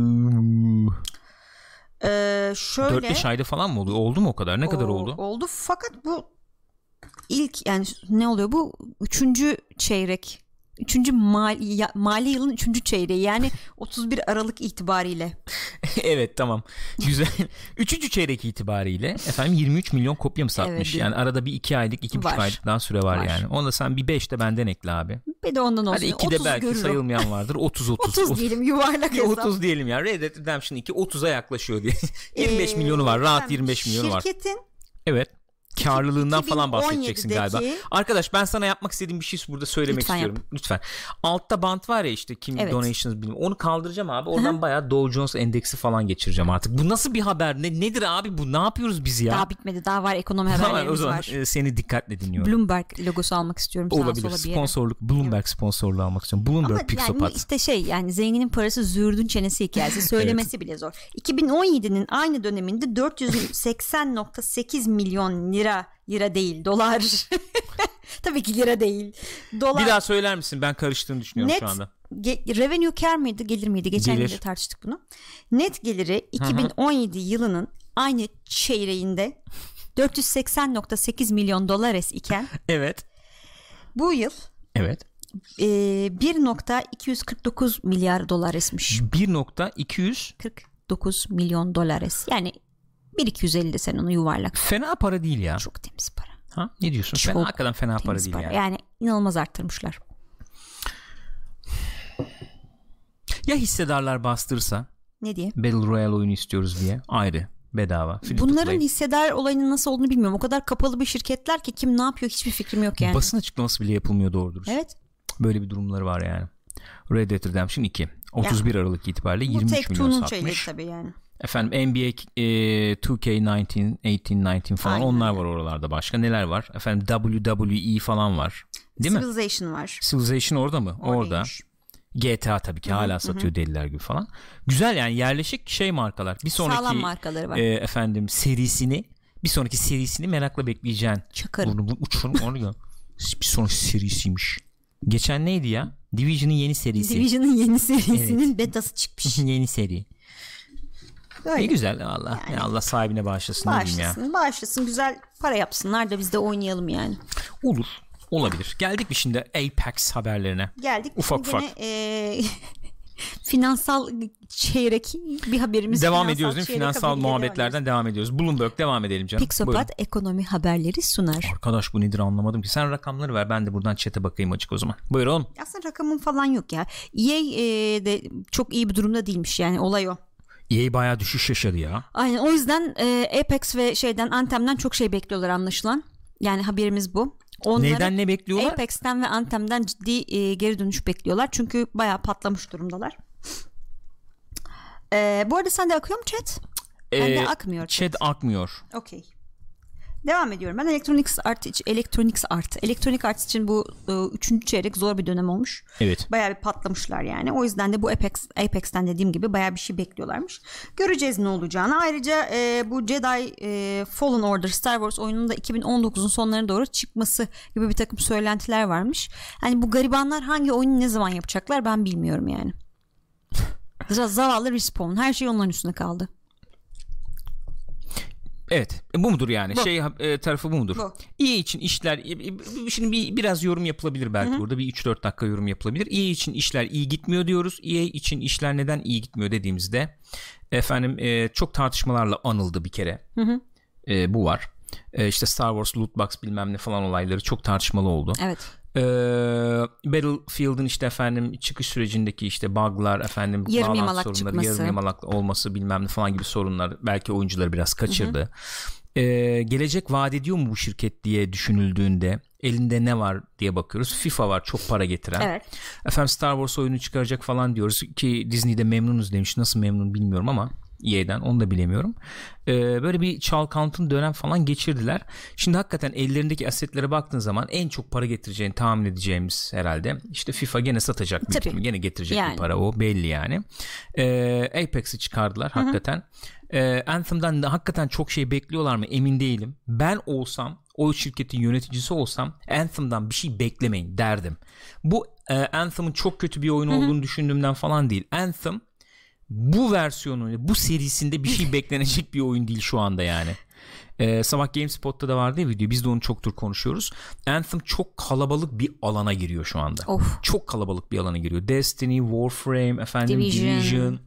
Şöyle 4-5 ayda falan mı oluyor? Oldu mu o kadar? Ne kadar oldu? Oldu fakat bu ilk, yani ne oluyor bu? 3. çeyrek. 3. mali yılın 3. çeyreği, yani 31 Aralık itibariyle. Evet, tamam. Güzel. 3. çeyrek itibariyle efendim 23 milyon kopya mı satmış? Evet, yani arada bir 2 aylık 2,5 aylık daha süre var yani. Onda sen bir 5 de benden ekle abi. Bir de ondan olsun. Hadi 2 de belki görürüm. Sayılmayan vardır. 30 diyelim, yuvarlak hesap. 30 diyelim ya. Red Dead Redemption 2 30'a yaklaşıyor diye. 25 milyonu var. Rahat 25 milyonu var. Şirketin evet. Karlılığından falan bahsedeceksin galiba. 2017'deki... Arkadaş, ben sana yapmak istediğim bir şey burada söylemek istiyorum. Lütfen. Altta bant var ya işte, kim donations bilmiyorum. Onu kaldıracağım abi. Oradan bayağı Dow Jones endeksi falan geçireceğim artık. Bu nasıl bir haber? Nedir abi bu? Ne yapıyoruz biz ya? Daha bitmedi. Daha var, ekonomi haberlerimiz o zaman, var. Seni dikkatle dinliyorum. Bloomberg logosu almak istiyorum. Olabilir. Sponsorluk. Bloomberg sponsorluğu almak istiyorum. Bloomberg Pixopat. Yani işte yani zenginin parası züğürdün çenesi hikayesi. Söylemesi bile zor. 2017'nin aynı döneminde 480.8 milyon lira değil, dolar. Tabii ki lira değil. Dolar. Bir daha söyler misin? Ben karıştığını düşünüyorum net, şu anda. Revenue kar mıydı, gelir miydi? Geçen gün de tartıştık bunu. Net geliri 2017 yılının aynı çeyreğinde 480.8 milyon dolar iken evet. Bu yıl evet. 1.249 milyar dolar esmiş. 1.249 milyon dolar es. Yani 1.250 de sen onu yuvarlak. Fena para değil ya. Çok temiz para. Ha? Ne diyorsun? Çok hakikaten fena para değil yani. Yani inanılmaz arttırmışlar. Ya hissedarlar bastırsa? Ne diye? Battle Royale oyunu istiyoruz diye. Ayrı. Bedava. Bunların hissedar olayının nasıl olduğunu bilmiyorum. O kadar kapalı bir şirketler ki kim ne yapıyor hiçbir fikrim yok yani. Basın açıklaması bile yapılmıyor doğrudur. Evet. Böyle bir durumları var yani. Red Dead Redemption 2. 31 Aralık itibariyle 23 milyon satmış. Bu şeyleri tabii yani. Efendim NBA 2K19, 18-19 falan. Aynen. Onlar var oralarda. Başka neler var? Efendim WWE falan var. Değil mi? Civilization var. Civilization orada mı? Orada. GTA tabii ki hala satıyor deliler gibi falan. Güzel yani, yerleşik markalar. Bir sonraki sağlam markaları var. Efendim bir sonraki serisini merakla bekleyeceksin. Çakarım. Uçurum onu. Bir sonraki serisiymiş. Geçen neydi ya? Division'ın yeni serisi. Division'ın yeni serisinin betası çıkmış. Yeni seri. Öyle. Ne güzel Allah. Yani Allah sahibine bağışlasın. Bağışlasın. Güzel para yapsınlar da biz de oynayalım yani. Olur. Olabilir. Geldik mi şimdi Apex haberlerine? Geldik. Ufak. Finansal çeyrek bir haberimiz. Devam ediyoruz değil mi? Finansal muhabbetlerden devam ediyoruz. Bloomberg devam edelim canım. Pixopat ekonomi haberleri sunar. Arkadaş bu nedir anlamadım ki. Sen rakamları ver, ben de buradan chat'e bakayım açık o zaman. Buyur oğlum. Aslında rakamın falan yok ya. EA de çok iyi bir durumda değilmiş yani, olay o. EA bayağı düşüş yaşadı ya. Aynen, o yüzden Apex ve Anthem'den çok şey bekliyorlar anlaşılan. Yani haberimiz bu. Neyden ne bekliyorlar? Apex'ten ve Anthem'den ciddi geri dönüş bekliyorlar. Çünkü bayağı patlamış durumdalar. Bu arada sende akıyor mu chat? Bende akmıyor. Chat akmıyor. Okey. Devam ediyorum. Ben Electronic Arts için bu 3. çeyrek zor bir dönem olmuş. Evet. Bayağı bir patlamışlar yani. O yüzden de bu Apex'ten dediğim gibi bayağı bir şey bekliyorlarmış. Göreceğiz ne olacağını. Ayrıca bu Jedi Fallen Order Star Wars oyununun da 2019'un sonlarına doğru çıkması gibi bir takım söylentiler varmış. Hani bu garibanlar hangi oyunu ne zaman yapacaklar ben bilmiyorum yani. Zavallı Respawn. Her şey onların üstüne kaldı. Evet, bu mudur yani? Bu. Tarafı bu mudur? EA için işler şimdi biraz yorum yapılabilir belki burada. Bir 3-4 dakika yorum yapılabilir. EA için işler iyi gitmiyor diyoruz. EA için işler neden iyi gitmiyor dediğimizde efendim çok tartışmalarla anıldı bir kere. Bu var. İşte Star Wars loot box bilmem ne falan olayları çok tartışmalı oldu. Evet. Battlefield'ın işte efendim çıkış sürecindeki işte bug'lar, efendim bağlantı sorunları, yarım yamalak olması bilmem ne falan gibi sorunlar belki oyuncuları biraz kaçırdı. Gelecek vaat ediyor mu bu şirket diye düşünüldüğünde elinde ne var diye bakıyoruz. FIFA var, çok para getiren. Evet. Efendim Star Wars oyunu çıkaracak falan diyoruz ki Disney'de memnunuz demiş. Nasıl memnun bilmiyorum ama EA'den onu da bilemiyorum. Böyle bir çalkantın dönem falan geçirdiler. Şimdi hakikaten ellerindeki asetlere baktığın zaman en çok para getireceğini tahmin edeceğimiz herhalde işte FIFA gene satacak büyük ihtimalle, gene getirecek yani. Bir para o belli yani. Apex'i çıkardılar hakikaten. Anthem'dan da hakikaten çok şey bekliyorlar mı emin değilim. Ben olsam o şirketin yöneticisi olsam Anthem'dan bir şey beklemeyin derdim. Bu Anthem'ın çok kötü bir oyun olduğunu düşündüğümden falan değil. Anthem bu versiyonu, bu serisinde bir şey beklenecek bir oyun değil şu anda yani. Sabah GameSpot'ta da vardı ya video, biz de onu çoktur konuşuyoruz. Anthem çok kalabalık bir alana giriyor şu anda. Çok kalabalık bir alana giriyor. Destiny, Warframe, Division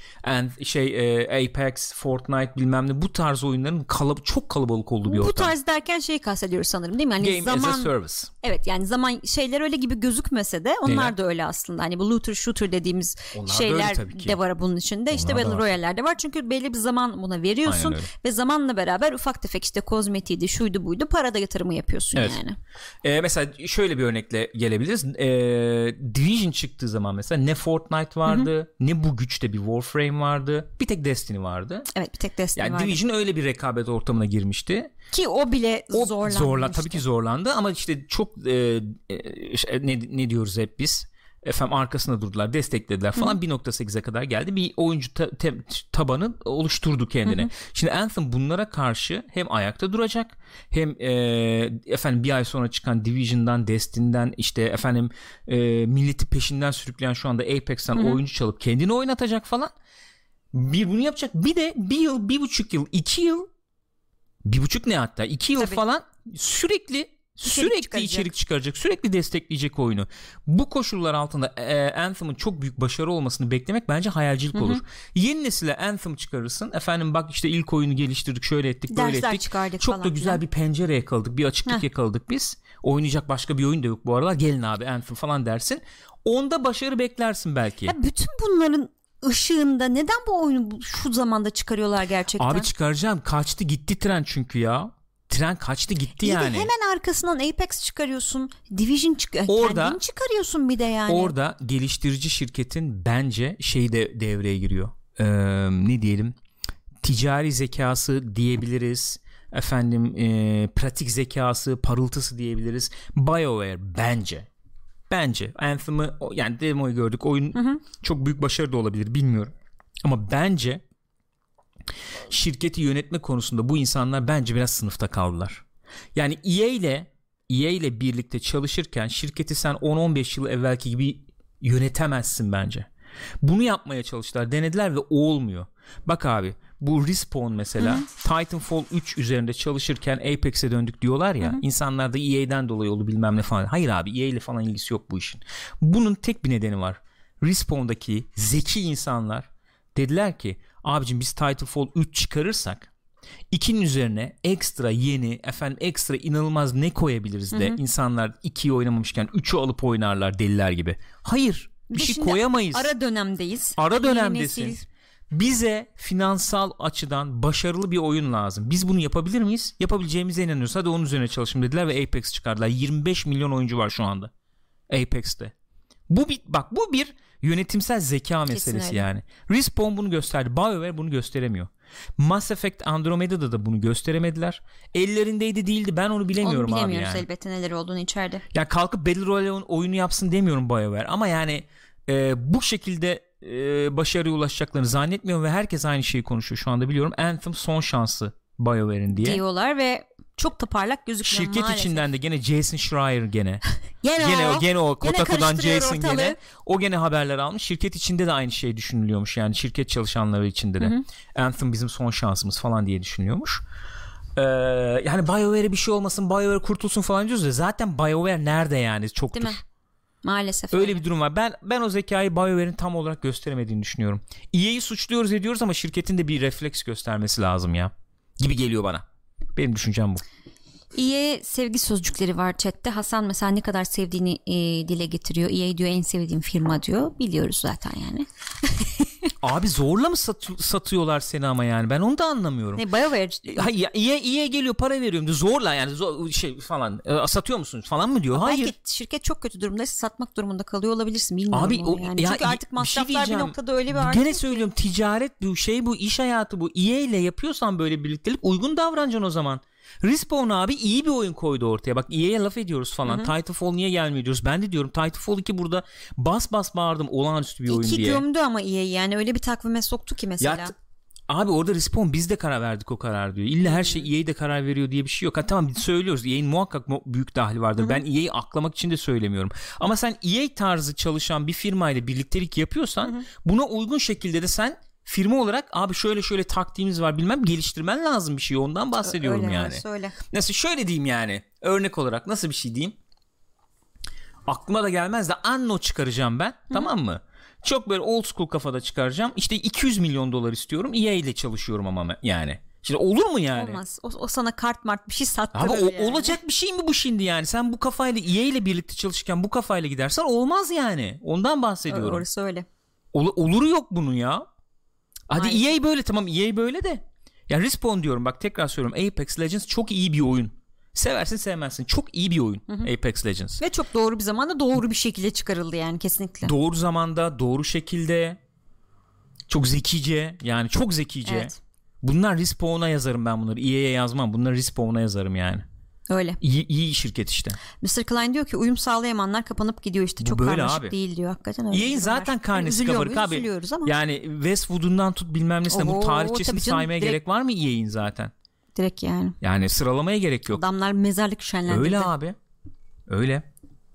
Apex, Fortnite bilmem ne, bu tarz oyunların çok kalabalık olduğu bir ortam. Bu tarz derken şeyi kastediyoruz sanırım değil mi? Hani Game as a service. Evet, yani zaman şeyler öyle gibi gözükmese de onlar da öyle aslında. Hani bu looter shooter dediğimiz onlar şeyler de var bunun içinde. Onlar işte Battle Royale'ler de var. Çünkü belli bir zaman buna veriyorsun ve zamanla beraber ufak tefek işte kozmetiğiydi, şuydu buydu, para da yatırımı yapıyorsun yani. Mesela şöyle bir örnekle gelebiliriz. Division çıktığı zaman mesela ne Fortnite vardı, ne bu güçte bir Warframe vardı. Bir tek Destiny vardı. Evet, bir tek Destiny vardı. Yani Division öyle bir rekabet ortamına girmişti. Ki o bile zorlandı. Tabii ki zorlandı ama işte çok ne diyoruz hep biz? Efendim arkasında durdular, desteklediler falan. 1.8'e kadar geldi. Bir oyuncu tabanı oluşturdu kendine. Şimdi Anthem bunlara karşı hem ayakta duracak, hem efendim bir ay sonra çıkan Division'dan, Destiny'den, işte efendim milleti peşinden sürükleyen şu anda Apex'ten oyuncu çalıp kendini oynatacak falan. Bunu yapacak. Bir de 1 yıl, 1,5 yıl, 2 yıl, 1,5 ne hatta 2 yıl falan sürekli içerik çıkaracak. Sürekli destekleyecek oyunu. Bu koşullar altında Anthem'ın çok büyük başarı olmasını beklemek bence hayalcilik olur. Yeni nesile Anthem çıkarırsın. Efendim bak işte ilk oyunu geliştirdik, şöyle ettik, böyle ettik. Çok da güzel bir pencere yakaladık, bir açıklık yakaladık biz. Oynayacak başka bir oyun da yok bu aralar. Gelin abi Anthem falan dersin. Onda başarı beklersin belki. Ya bütün bunların ışığında neden bu oyunu şu zamanda çıkarıyorlar gerçekten? Abi çıkaracağım. Kaçtı gitti tren çünkü ya. Tren kaçtı gitti yani. Hemen arkasından Apex çıkarıyorsun. Division kendin çıkarıyorsun bir de yani. Orada geliştirici şirketin bence de devreye giriyor. Ne diyelim? Ticari zekası diyebiliriz. Efendim pratik zekası, parıltısı diyebiliriz. BioWare bence Anthem'ı, yani demoyu gördük. Oyun çok büyük başarı da olabilir, bilmiyorum. Ama bence şirketi yönetme konusunda bu insanlar bence biraz sınıfta kaldılar. Yani EA ile birlikte çalışırken şirketi sen 10-15 yıl evvelki gibi yönetemezsin bence. Bunu yapmaya çalıştılar, denediler ve olmuyor. Bak abi, bu Respawn mesela Titanfall 3 üzerinde çalışırken Apex'e döndük diyorlar ya. İnsanlar da EA'den dolayı oldu bilmem ne falan. Hayır abi, EA ile falan ilgisi yok bu işin. Bunun tek bir nedeni var. Respawn'daki zeki insanlar dediler ki abicim biz Titanfall 3 çıkarırsak 2'nin üzerine ekstra yeni ekstra inanılmaz ne koyabiliriz de insanlar 2'yi oynamamışken 3'ü alıp oynarlar deliler gibi. Hayır, bir şey koyamayız. Ara dönemdeyiz. Ara dönemdesin. Bize finansal açıdan başarılı bir oyun lazım. Biz bunu yapabilir miyiz? Yapabileceğimize inanıyoruz. Hadi onun üzerine çalışalım dediler ve Apex çıkardılar. 25 milyon oyuncu var şu anda Apex'te. Bu bir yönetimsel zeka meselesi yani. Respawn bunu gösterdi. BioWare bunu gösteremiyor. Mass Effect Andromeda'da da bunu gösteremediler. Ellerindeydi değildi, ben onu bilemiyorum abi yani. Bilemiyoruz elbette neler olduğunu içeride. Ya kalkıp Battle Royale oyunu yapsın demiyorum BioWare ama yani bu şekilde başarıya ulaşacaklarını zannetmiyorum ve herkes aynı şeyi konuşuyor şu anda, biliyorum. Anthem son şansı BioWare'in diye. Diyorlar ve çok da parlak gözüküyor şirket maalesef. içinden de gene Jason Schreier gene o Kotaku'dan Jason ortalığı. O gene haberler almış. Şirket içinde de aynı şey düşünülüyormuş. Yani şirket çalışanları içinde de. Anthem bizim son şansımız falan diye düşünülüyormuş. Yani BioWare'e bir şey olmasın, BioWare kurtulsun falan diyoruz ya. Zaten BioWare nerede yani? Çoktur. Değil mi? Maalesef öyle bir durum var. Ben o zekayı BioWare'in tam olarak gösteremediğini düşünüyorum. EA'yi suçluyoruz ediyoruz ama şirketin de bir refleks göstermesi lazım ya. Gibi geliyor bana. Benim düşüncem bu. EA sevgi sözcükleri var chatte. Hasan mesela ne kadar sevdiğini dile getiriyor. EA diyor en sevdiğim firma diyor. Biliyoruz zaten yani. Abi zorla mı satıyorlar seni ama yani ben onu da anlamıyorum. BioWare. EA geliyor para veriyorum diyor. Zorla yani falan satıyor musunuz falan mı diyor. Hayır. Belki şirket çok kötü durumdaysa satmak durumunda kalıyor olabilirsin, bilmiyorum abi, yani. Çünkü artık masraflar bir noktada öyle bir artık. Gene söylüyorum, ticaret bu iş hayatı bu. EA ile yapıyorsan böyle birliktelik uygun davranacaksın o zaman. Respawn abi iyi bir oyun koydu ortaya. Bak EA'ye laf ediyoruz falan. Titanfall niye gelmiyor diyoruz. Ben de diyorum Titanfall 2 burada bas bağırdım olağanüstü bir oyun diye. 2 gömdü ama EA yani öyle bir takvime soktu ki mesela. Abi orada Respawn biz de karar verdik o karar diyor. İlla her şey EA de karar veriyor diye bir şey yok. Tamam biz söylüyoruz. EA'nin muhakkak büyük dahli vardır. Ben EA'yi aklamak için de söylemiyorum. Ama sen EA tarzı çalışan bir firmayla birliktelik yapıyorsan buna uygun şekilde de sen firma olarak abi şöyle taktiğimiz var bilmem geliştirmen lazım bir şey. Ondan bahsediyorum öyle, yani. Öyle. Nasıl şöyle diyeyim yani. Örnek olarak nasıl bir şey diyeyim? Aklıma da gelmez de Anno çıkaracağım ben. Tamam mı? Çok böyle old school kafada çıkaracağım. İşte 200 milyon dolar istiyorum. EA ile çalışıyorum ama yani. Şimdi olur mu yani? Olmaz. O sana kart mart bir şey sattırır abi yani. Olacak bir şey mi bu şimdi yani? Sen bu kafayla EA ile birlikte çalışırken bu kafayla gidersen olmaz yani. Ondan bahsediyorum. Orası öyle. Oluru yok bunun ya. Hadi EA böyle tamam EA böyle de. Ya Respawn diyorum bak tekrar söylüyorum. Apex Legends çok iyi bir oyun. Seversin sevmezsin. Çok iyi bir oyun Apex Legends. Ve çok doğru bir zamanda doğru bir şekilde çıkarıldı yani kesinlikle. Doğru zamanda, doğru şekilde. Çok zekice. Yani çok zekice. Evet. Bunlar Respawn'a yazarım ben bunları. EA'ye yazmam. Bunları Respawn'a yazarım yani. Öyle. İyi şirket işte. Mr. Klein diyor ki uyum sağlayamayanlar kapanıp gidiyor işte. Çok karmaşık değil diyor hakikaten. EA'in zaten karnesi kabarık abi. Ama. Yani Westwood'undan tut bilmem nesine bu tarihçesini saymaya gerek var mı EA'in zaten? Direkt yani. Yani sıralamaya gerek yok. Adamlar mezarlık şenlendirdi. Öyle abi. Öyle.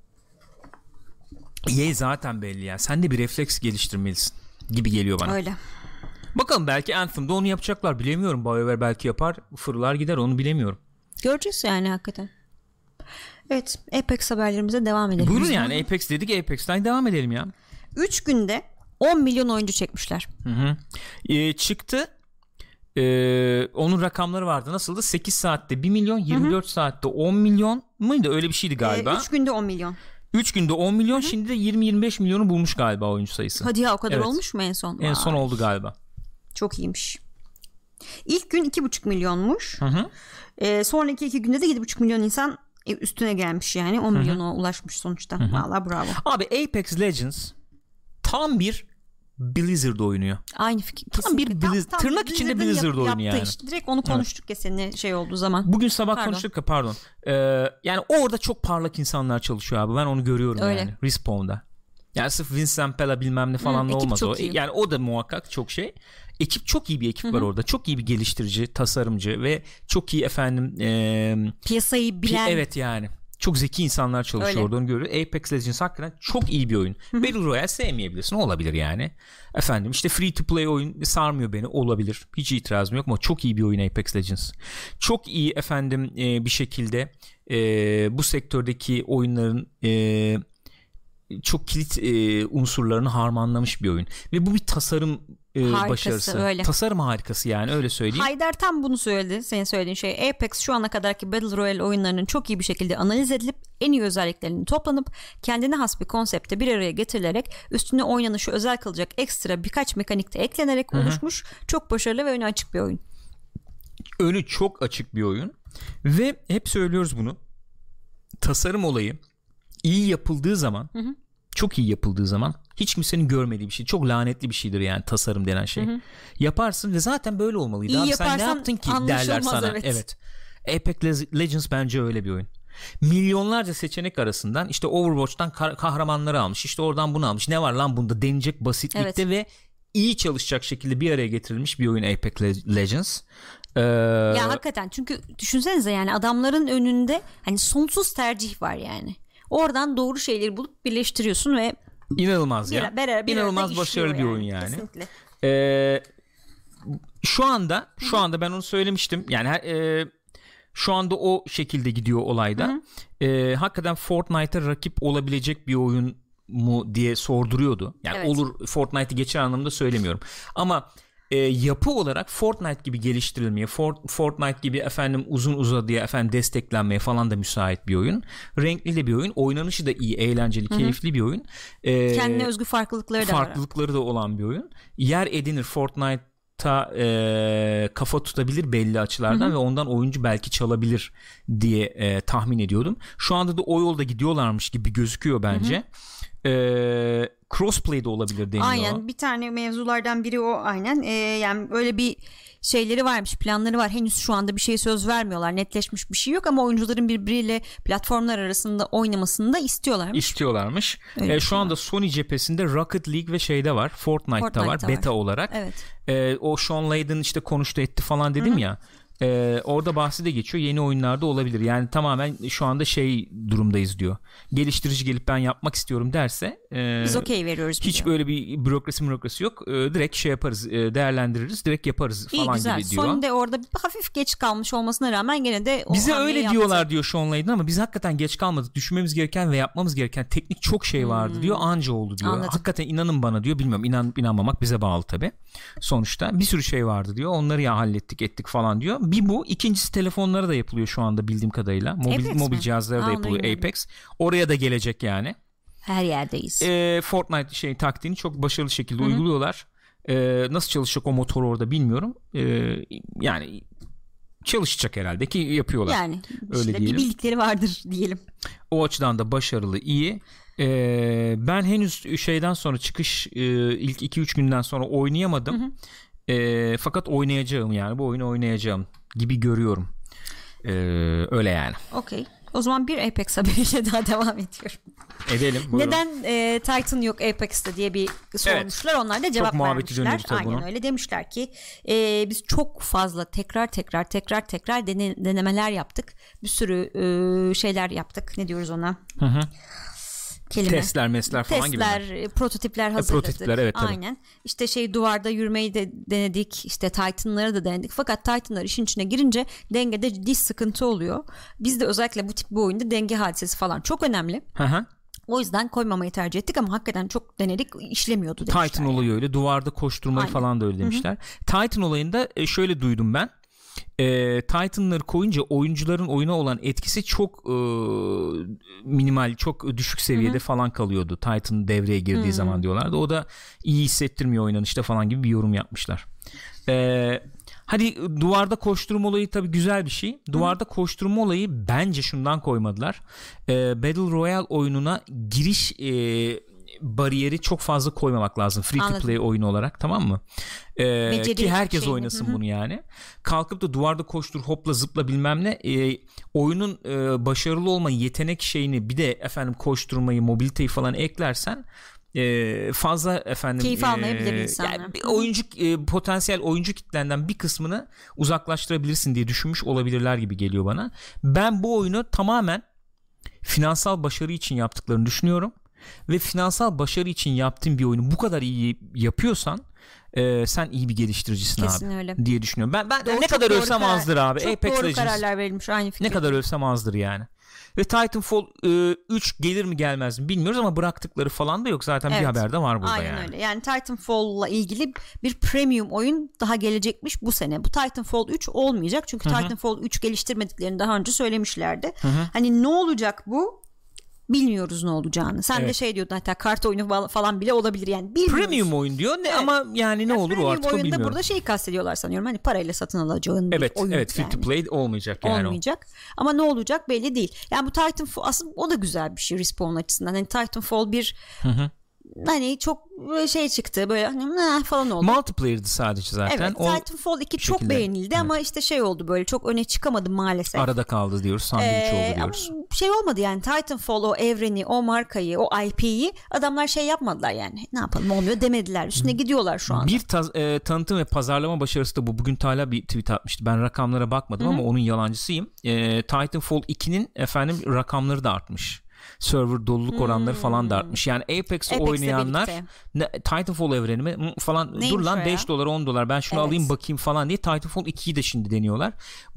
EA zaten belli ya. Sen de bir refleks geliştirmelisin gibi geliyor bana. Öyle. Bakalım belki Anthem'da onu yapacaklar. Bilemiyorum. BioWare belki yapar. Fırlar gider onu bilemiyorum. Göreceğiz yani hakikaten. Evet. Apex haberlerimize devam edelim. Buyurun yani Apex dedik. Apex'ten devam edelim ya. 3 günde 10 milyon oyuncu çekmişler. Çıktı. Onun rakamları vardı. Nasıldı? 8 saatte 1 milyon, 24 saatte 10 milyon muydu? Öyle bir şeydi galiba. 3 günde 10 milyon. 3 günde 10 milyon. Şimdi de 20-25 milyonu bulmuş galiba oyuncu sayısı. Hadi ya o kadar olmuş mu en son? En son oldu galiba. Çok iyiymiş. İlk gün 2,5 milyonmuş. Sonraki 2 günde de 7,5 milyon insan üstüne gelmiş yani. 10 milyona ulaşmış sonuçta. Vallahi bravo. Abi Apex Legends tam bir Blizzard oynuyor. Aynı fikir. Tam bir tırnak içinde Blizzard oyunu yani. Işte. Direkt onu konuştuk ya seninle şey olduğu zaman. Bugün sabah konuştuk ya pardon. Yani orada çok parlak insanlar çalışıyor abi. Ben onu görüyorum yani. Respawn'da. Yani sırf Vincent Pella bilmem ne falan da olmaz o. Iyi. Yani o da muhakkak çok şey. Ekip çok iyi bir ekip var orada. Çok iyi bir geliştirici, tasarımcı ve çok iyi piyasayı bilen. Evet yani. Çok zeki insanlar çalışıyor orada onu görüyoruz. Apex Legends hakikaten çok iyi bir oyun. Battle Royale sevmeyebilirsin. Olabilir yani. Efendim işte free to play oyun sarmıyor beni. Olabilir. Hiç itirazım yok ama çok iyi bir oyun Apex Legends. Çok iyi bir şekilde bu sektördeki oyunların çok kilit unsurlarını harmanlamış bir oyun. Ve bu bir tasarım başarısı. Öyle. Tasarım harikası yani öyle söyleyeyim. Haydar tam bunu söyledi. Senin söylediğin şey. Apex şu ana kadarki Battle Royale oyunlarının çok iyi bir şekilde analiz edilip en iyi özelliklerinin toplanıp kendine has bir konsepte bir araya getirilerek üstüne oynanışı özel kılacak ekstra birkaç mekanikte eklenerek oluşmuş çok başarılı ve önü açık bir oyun. Önü çok açık bir oyun ve hep söylüyoruz bunu. Tasarım olayı iyi yapıldığı zaman çok iyi yapıldığı zaman hiç kimsenin görmediği bir şey. Çok lanetli bir şeydir yani tasarım denen şey. Yaparsın ve zaten böyle olmalıydı. İyi abi sen ne yaptın ki derler sana. Evet. Apex Legends bence öyle bir oyun. Milyonlarca seçenek arasından işte Overwatch'tan kahramanları almış. İşte oradan bunu almış. Ne var lan bunda denecek basitlikte ve iyi çalışacak şekilde bir araya getirilmiş bir oyun Apex Legends. Ya hakikaten çünkü düşünsenize yani adamların önünde hani sonsuz tercih var yani. Oradan doğru şeyleri bulup birleştiriyorsun ve inanılmaz ya. İnanılmaz başarılı bir oyun yani. Şu anda ben onu söylemiştim. Yani şu anda o şekilde gidiyor olayda. Hakikaten Fortnite'a rakip olabilecek bir oyun mu diye sorduruyordu. Yani olur, Fortnite'ı geçer anlamda söylemiyorum. Ama yapı olarak Fortnite gibi geliştirilmeye, Fortnite gibi uzun uzadıya desteklenmeye falan da müsait bir oyun. Renkli de bir oyun. Oynanışı da iyi, eğlenceli, keyifli bir oyun. Kendine özgü farklılıkları da olan bir oyun. Yer edinir Fortnite'a kafa tutabilir belli açılardan ve ondan oyuncu belki çalabilir diye tahmin ediyordum. Şu anda da o yolda gidiyorlarmış gibi gözüküyor bence. Crossplay de olabilir deniyor. Aynen, bir tane mevzulardan biri o, aynen. Yani öyle bir şeyleri varmış, planları var. Henüz şu anda bir şey söz vermiyorlar. Netleşmiş bir şey yok ama oyuncuların birbiriyle platformlar arasında oynamasını da istiyorlarmış. Şu anda Sony cephesinde Rocket League ve şeyde var. Fortnite'da var beta olarak. Evet. O Sean Layden işte konuştu etti falan dedim ya. Orada bahsi de geçiyor, yeni oyunlarda olabilir. Yani tamamen şu anda şey durumdayız diyor. Geliştirici gelip ben yapmak istiyorum derse biz okey veriyoruz. Hiç böyle bir bürokrasi yok. Direkt şey yaparız, değerlendiririz, direkt yaparız falan güzel. gibi diyor. Sony'de orada hafif geç kalmış olmasına rağmen gene de bize öyle diyorlar diyor Sean Layden, ama biz hakikaten geç kalmadık. Düşünmemiz gereken ve yapmamız gereken teknik çok şey vardı diyor. Anca oldu diyor. Anladım. Hakikaten inanın bana diyor. Bilmiyorum, inanmamak bize bağlı tabii. Sonuçta bir sürü şey vardı diyor. Onları ya hallettik ettik falan diyor. Bir bu. İkincisi telefonlara da yapılıyor şu anda bildiğim kadarıyla. Mobil cihazlara da yapılıyor Apex. Oraya da gelecek yani. Her yerdeyiz. Fortnite taktiğini çok başarılı şekilde uyguluyorlar. Nasıl çalışacak o motor orada bilmiyorum. Yani çalışacak herhalde ki yapıyorlar. Yani öyle işte diyelim. Bir bildikleri vardır diyelim. O açıdan da başarılı, iyi. Ben henüz şeyden sonra çıkış ilk 2-3 günden sonra oynayamadım. Fakat oynayacağım, yani bu oyunu oynayacağım gibi görüyorum. Öyle yani. Okey. O zaman bir Apex haberiyle daha devam ediyorum. Edelim. Buyurun. Neden Titan yok Apex'te diye bir sormuşlar. Evet. Onlar da cevap vermişler. Aynen öyle, demişler ki biz çok fazla tekrar denemeler yaptık. Bir sürü şeyler yaptık. Ne diyoruz ona? Kelime. Testler falan gibi. Prototipler hazırladık. Prototipler, evet, tabii. Aynen. İşte duvarda yürümeyi de denedik. İşte Titan'ları da denedik. Fakat Titan'lar işin içine girince dengede ciddi sıkıntı oluyor. Bizde özellikle bu tip bir oyunda denge hadisesi falan çok önemli. O yüzden koymamayı tercih ettik ama hakikaten çok denedik, işlemiyordu demişler. Titan olayı öyle. Duvarda koşturmayı falan da öyle demişler. Titan olayında şöyle duydum ben. Titan'ları koyunca oyuncuların oyuna olan etkisi çok minimal, çok düşük seviyede falan kalıyordu. Titan devreye girdiği zaman diyorlardı. O da iyi hissettirmiyor oynanışta falan gibi bir yorum yapmışlar. Hadi duvarda koşturma olayı tabii güzel bir şey. Duvarda koşturma olayı bence şundan koymadılar. Battle Royale oyununa giriş bariyeri çok fazla koymamak lazım. Free to play oyunu olarak, tamam mı? Ki herkes oynasın bunu yani. Kalkıp da duvarda koştur, hopla zıpla bilmem ne, oyunun başarılı olma yetenek şeyini, bir de koşturmayı, mobiliteyi falan eklersen fazla keyif almayabilir insanlar. Yani potansiyel oyuncu kitlenden bir kısmını uzaklaştırabilirsin diye düşünmüş olabilirler gibi geliyor bana. Ben bu oyunu tamamen finansal başarı için yaptıklarını düşünüyorum. Ve finansal başarı için yaptığın bir oyunu bu kadar iyi yapıyorsan sen iyi bir geliştiricisin. Kesin abi öyle diye düşünüyorum. Ben ne kadar ölsem azdır abi. Çok Apex doğru Legends, kararlar verilmiş, aynı fikir. Ne kadar ölsem azdır yani. Ve Titanfall 3 gelir mi gelmez mi bilmiyoruz ama bıraktıkları falan da yok. Zaten bir haber de var burada. Aynen öyle. Yani Titanfall'la ilgili bir premium oyun daha gelecekmiş bu sene. Bu Titanfall 3 olmayacak. Çünkü Titanfall 3 geliştirmediklerini daha önce söylemişlerdi. Hani ne olacak bu? Bilmiyoruz ne olacağını. Sen de şey diyordun, hatta kart oyunu falan bile olabilir yani. Bilmiyoruz. Premium oyun diyor ama yani ne olur o artık bilmiyorum. Premium oyunda burada kastediyorlar sanıyorum. Hani parayla satın alacağın bir oyun. Evet, free to play olmayacak yani. Olmayacak. Ama ne olacak belli değil. Yani bu Titanfall aslında o da güzel bir şey Respawn açısından. Hani Titanfall 1 hani çok çıktı böyle falan oldu. Multiplayer'dı sadece zaten. Evet, Titanfall 2 çok beğenildi ama işte oldu, böyle çok öne çıkamadı maalesef. Arada kaldı diyoruz, sandviç oldu diyoruz. Olmadı yani, Titanfall o evreni, o markayı, o IP'yi adamlar yapmadılar yani. Ne yapalım, olmuyor demediler. Üstüne gidiyorlar şu anda. Bir tanıtım ve pazarlama başarısı da bu. Bugün Tala bir tweet atmıştı. Ben rakamlara bakmadım ama onun yalancısıyım. Titanfall 2'nin rakamları da artmış. Server doluluk oranları falan da artmış. Yani Apex'i oynayanlar Titanfall evreni mi falan, neymiş dur lan $5 $10 ben şunu alayım bakayım falan diye Titanfall 2'yi de şimdi deniyorlar.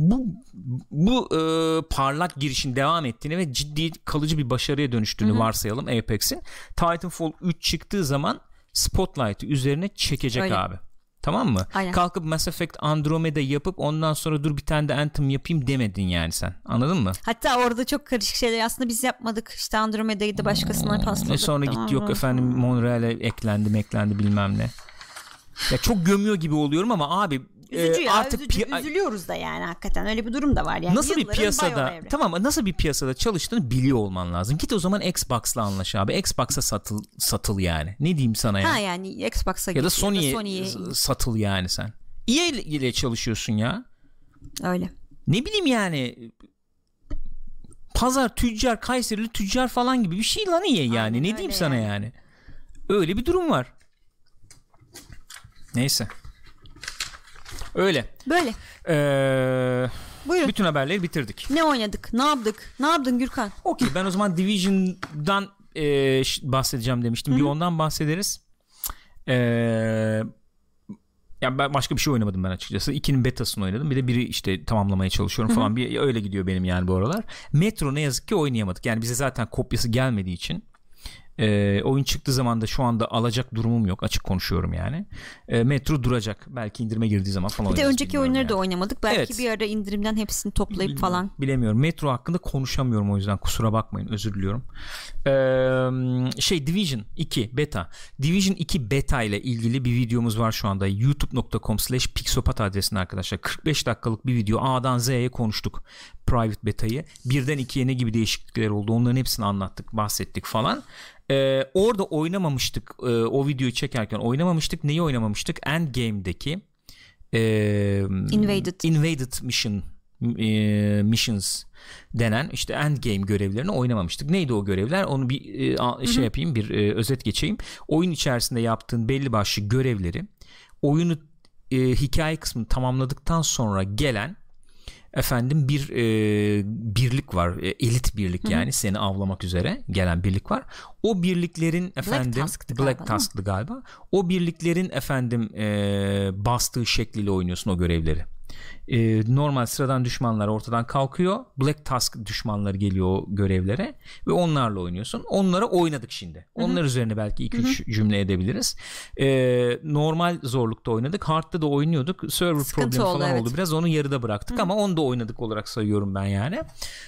Bu parlak girişin devam ettiğini ve ciddi kalıcı bir başarıya dönüştüğünü varsayalım Apex'in. Titanfall 3 çıktığı zaman Spotlight'ı üzerine çekecek. Öyle abi. Tamam mı? Aynen. Kalkıp Mass Effect Andromeda yapıp ondan sonra dur bir tane de Anthem yapayım demedin yani sen. Anladın mı? Hatta orada çok karışık şeyler aslında biz yapmadık. İşte Andromeda'yı da başkasına pasladık. Sonra gitti yok Monreal'e eklendi bilmem ne. Ya çok gömüyor gibi oluyorum ama abi Üzücü ya, artık üzülüyoruz da yani, hakikaten öyle bir durum da var yani. Nasıl bir piyasada, tamam, nasıl bir piyasada çalıştığını biliyor olman lazım. Git o zaman Xbox'la anlaş abi. Xbox'a satıl yani. Ne diyeyim sana ya? Ha yani Xbox'a ya da Sony'ye satıl yani sen. EA ile çalışıyorsun ya. Öyle. Ne bileyim yani, pazar tüccar, Kayserili tüccar falan gibi bir şey lan EA yani. Aynen, ne diyeyim sana yani. Öyle bir durum var. Neyse. Öyle. Böyle. Buyurun. Bütün haberleri bitirdik. Ne oynadık? Ne yaptık? Ne yaptın Gürkan? Okey, ben o zaman Division'dan bahsedeceğim demiştim. Bir ondan bahsederiz. Ya ben başka bir şey oynamadım ben açıkçası. 2'nin betasını oynadım. Bir de biri işte tamamlamaya çalışıyorum falan. Bir öyle gidiyor benim yani bu aralar. Metro ne yazık ki oynayamadık. Yani bize zaten kopyası gelmediği için. Oyun çıktığı zaman da şu anda alacak durumum yok, açık konuşuyorum yani. Metro duracak, belki indirime girdiği zaman falan. Bir de önceki oyunları da oynamadık, belki evet. Bir ara indirimden hepsini toplayıp falan. Bilemiyorum, Metro hakkında konuşamıyorum, o yüzden kusura bakmayın, özür diliyorum. Division 2 beta, Division 2 beta ile ilgili bir videomuz var şu anda youtube.com/pixopat adresinde arkadaşlar. 45 dakikalık bir video, A'dan Z'ye konuştuk private beta'yı, birden 2'ye ne gibi değişiklikler oldu, onların hepsini anlattık, bahsettik falan. Orada oynamamıştık, o videoyu çekerken oynamamıştık. Neyi oynamamıştık? Endgame'deki Invaded Missions denen işte Endgame görevlerini oynamamıştık. Neydi o görevler? Onu bir yapayım, bir özet geçeyim. Oyun içerisinde yaptığın belli başlı görevleri, oyunu hikaye kısmını tamamladıktan sonra gelen bir birlik var, elit birlik yani, seni avlamak üzere gelen birlik var. O birliklerin Black Tusk'tı galiba. O birliklerin bastığı şekliyle oynuyorsun o görevleri. Normal sıradan düşmanlar ortadan kalkıyor. Black Tusk düşmanları geliyor o görevlere ve onlarla oynuyorsun. Onlara oynadık şimdi. Onlar üzerine belki 2-3 cümle edebiliriz. Normal zorlukta oynadık. Hard'da da oynuyorduk. Server problemi falan oldu. Biraz onu yarıda bıraktık ama onu da oynadık olarak sayıyorum ben yani.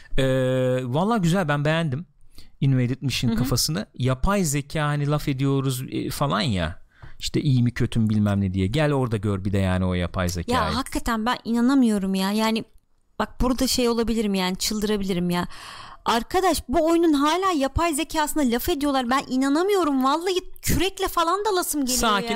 Vallahi güzel, ben beğendim. Invaded Mission kafasını. Yapay zeka hani laf ediyoruz falan ya. İşte iyi mi kötü mü bilmem ne diye. Gel orada gör bir de yani o yapay zekayı. Ya hakikaten ben inanamıyorum ya. Yani bak burada olabilirim yani, çıldırabilirim ya. Arkadaş, bu oyunun hala yapay zekasına laf ediyorlar. Ben inanamıyorum. Vallahi kürekle falan da lasım geliyor Sakin ya.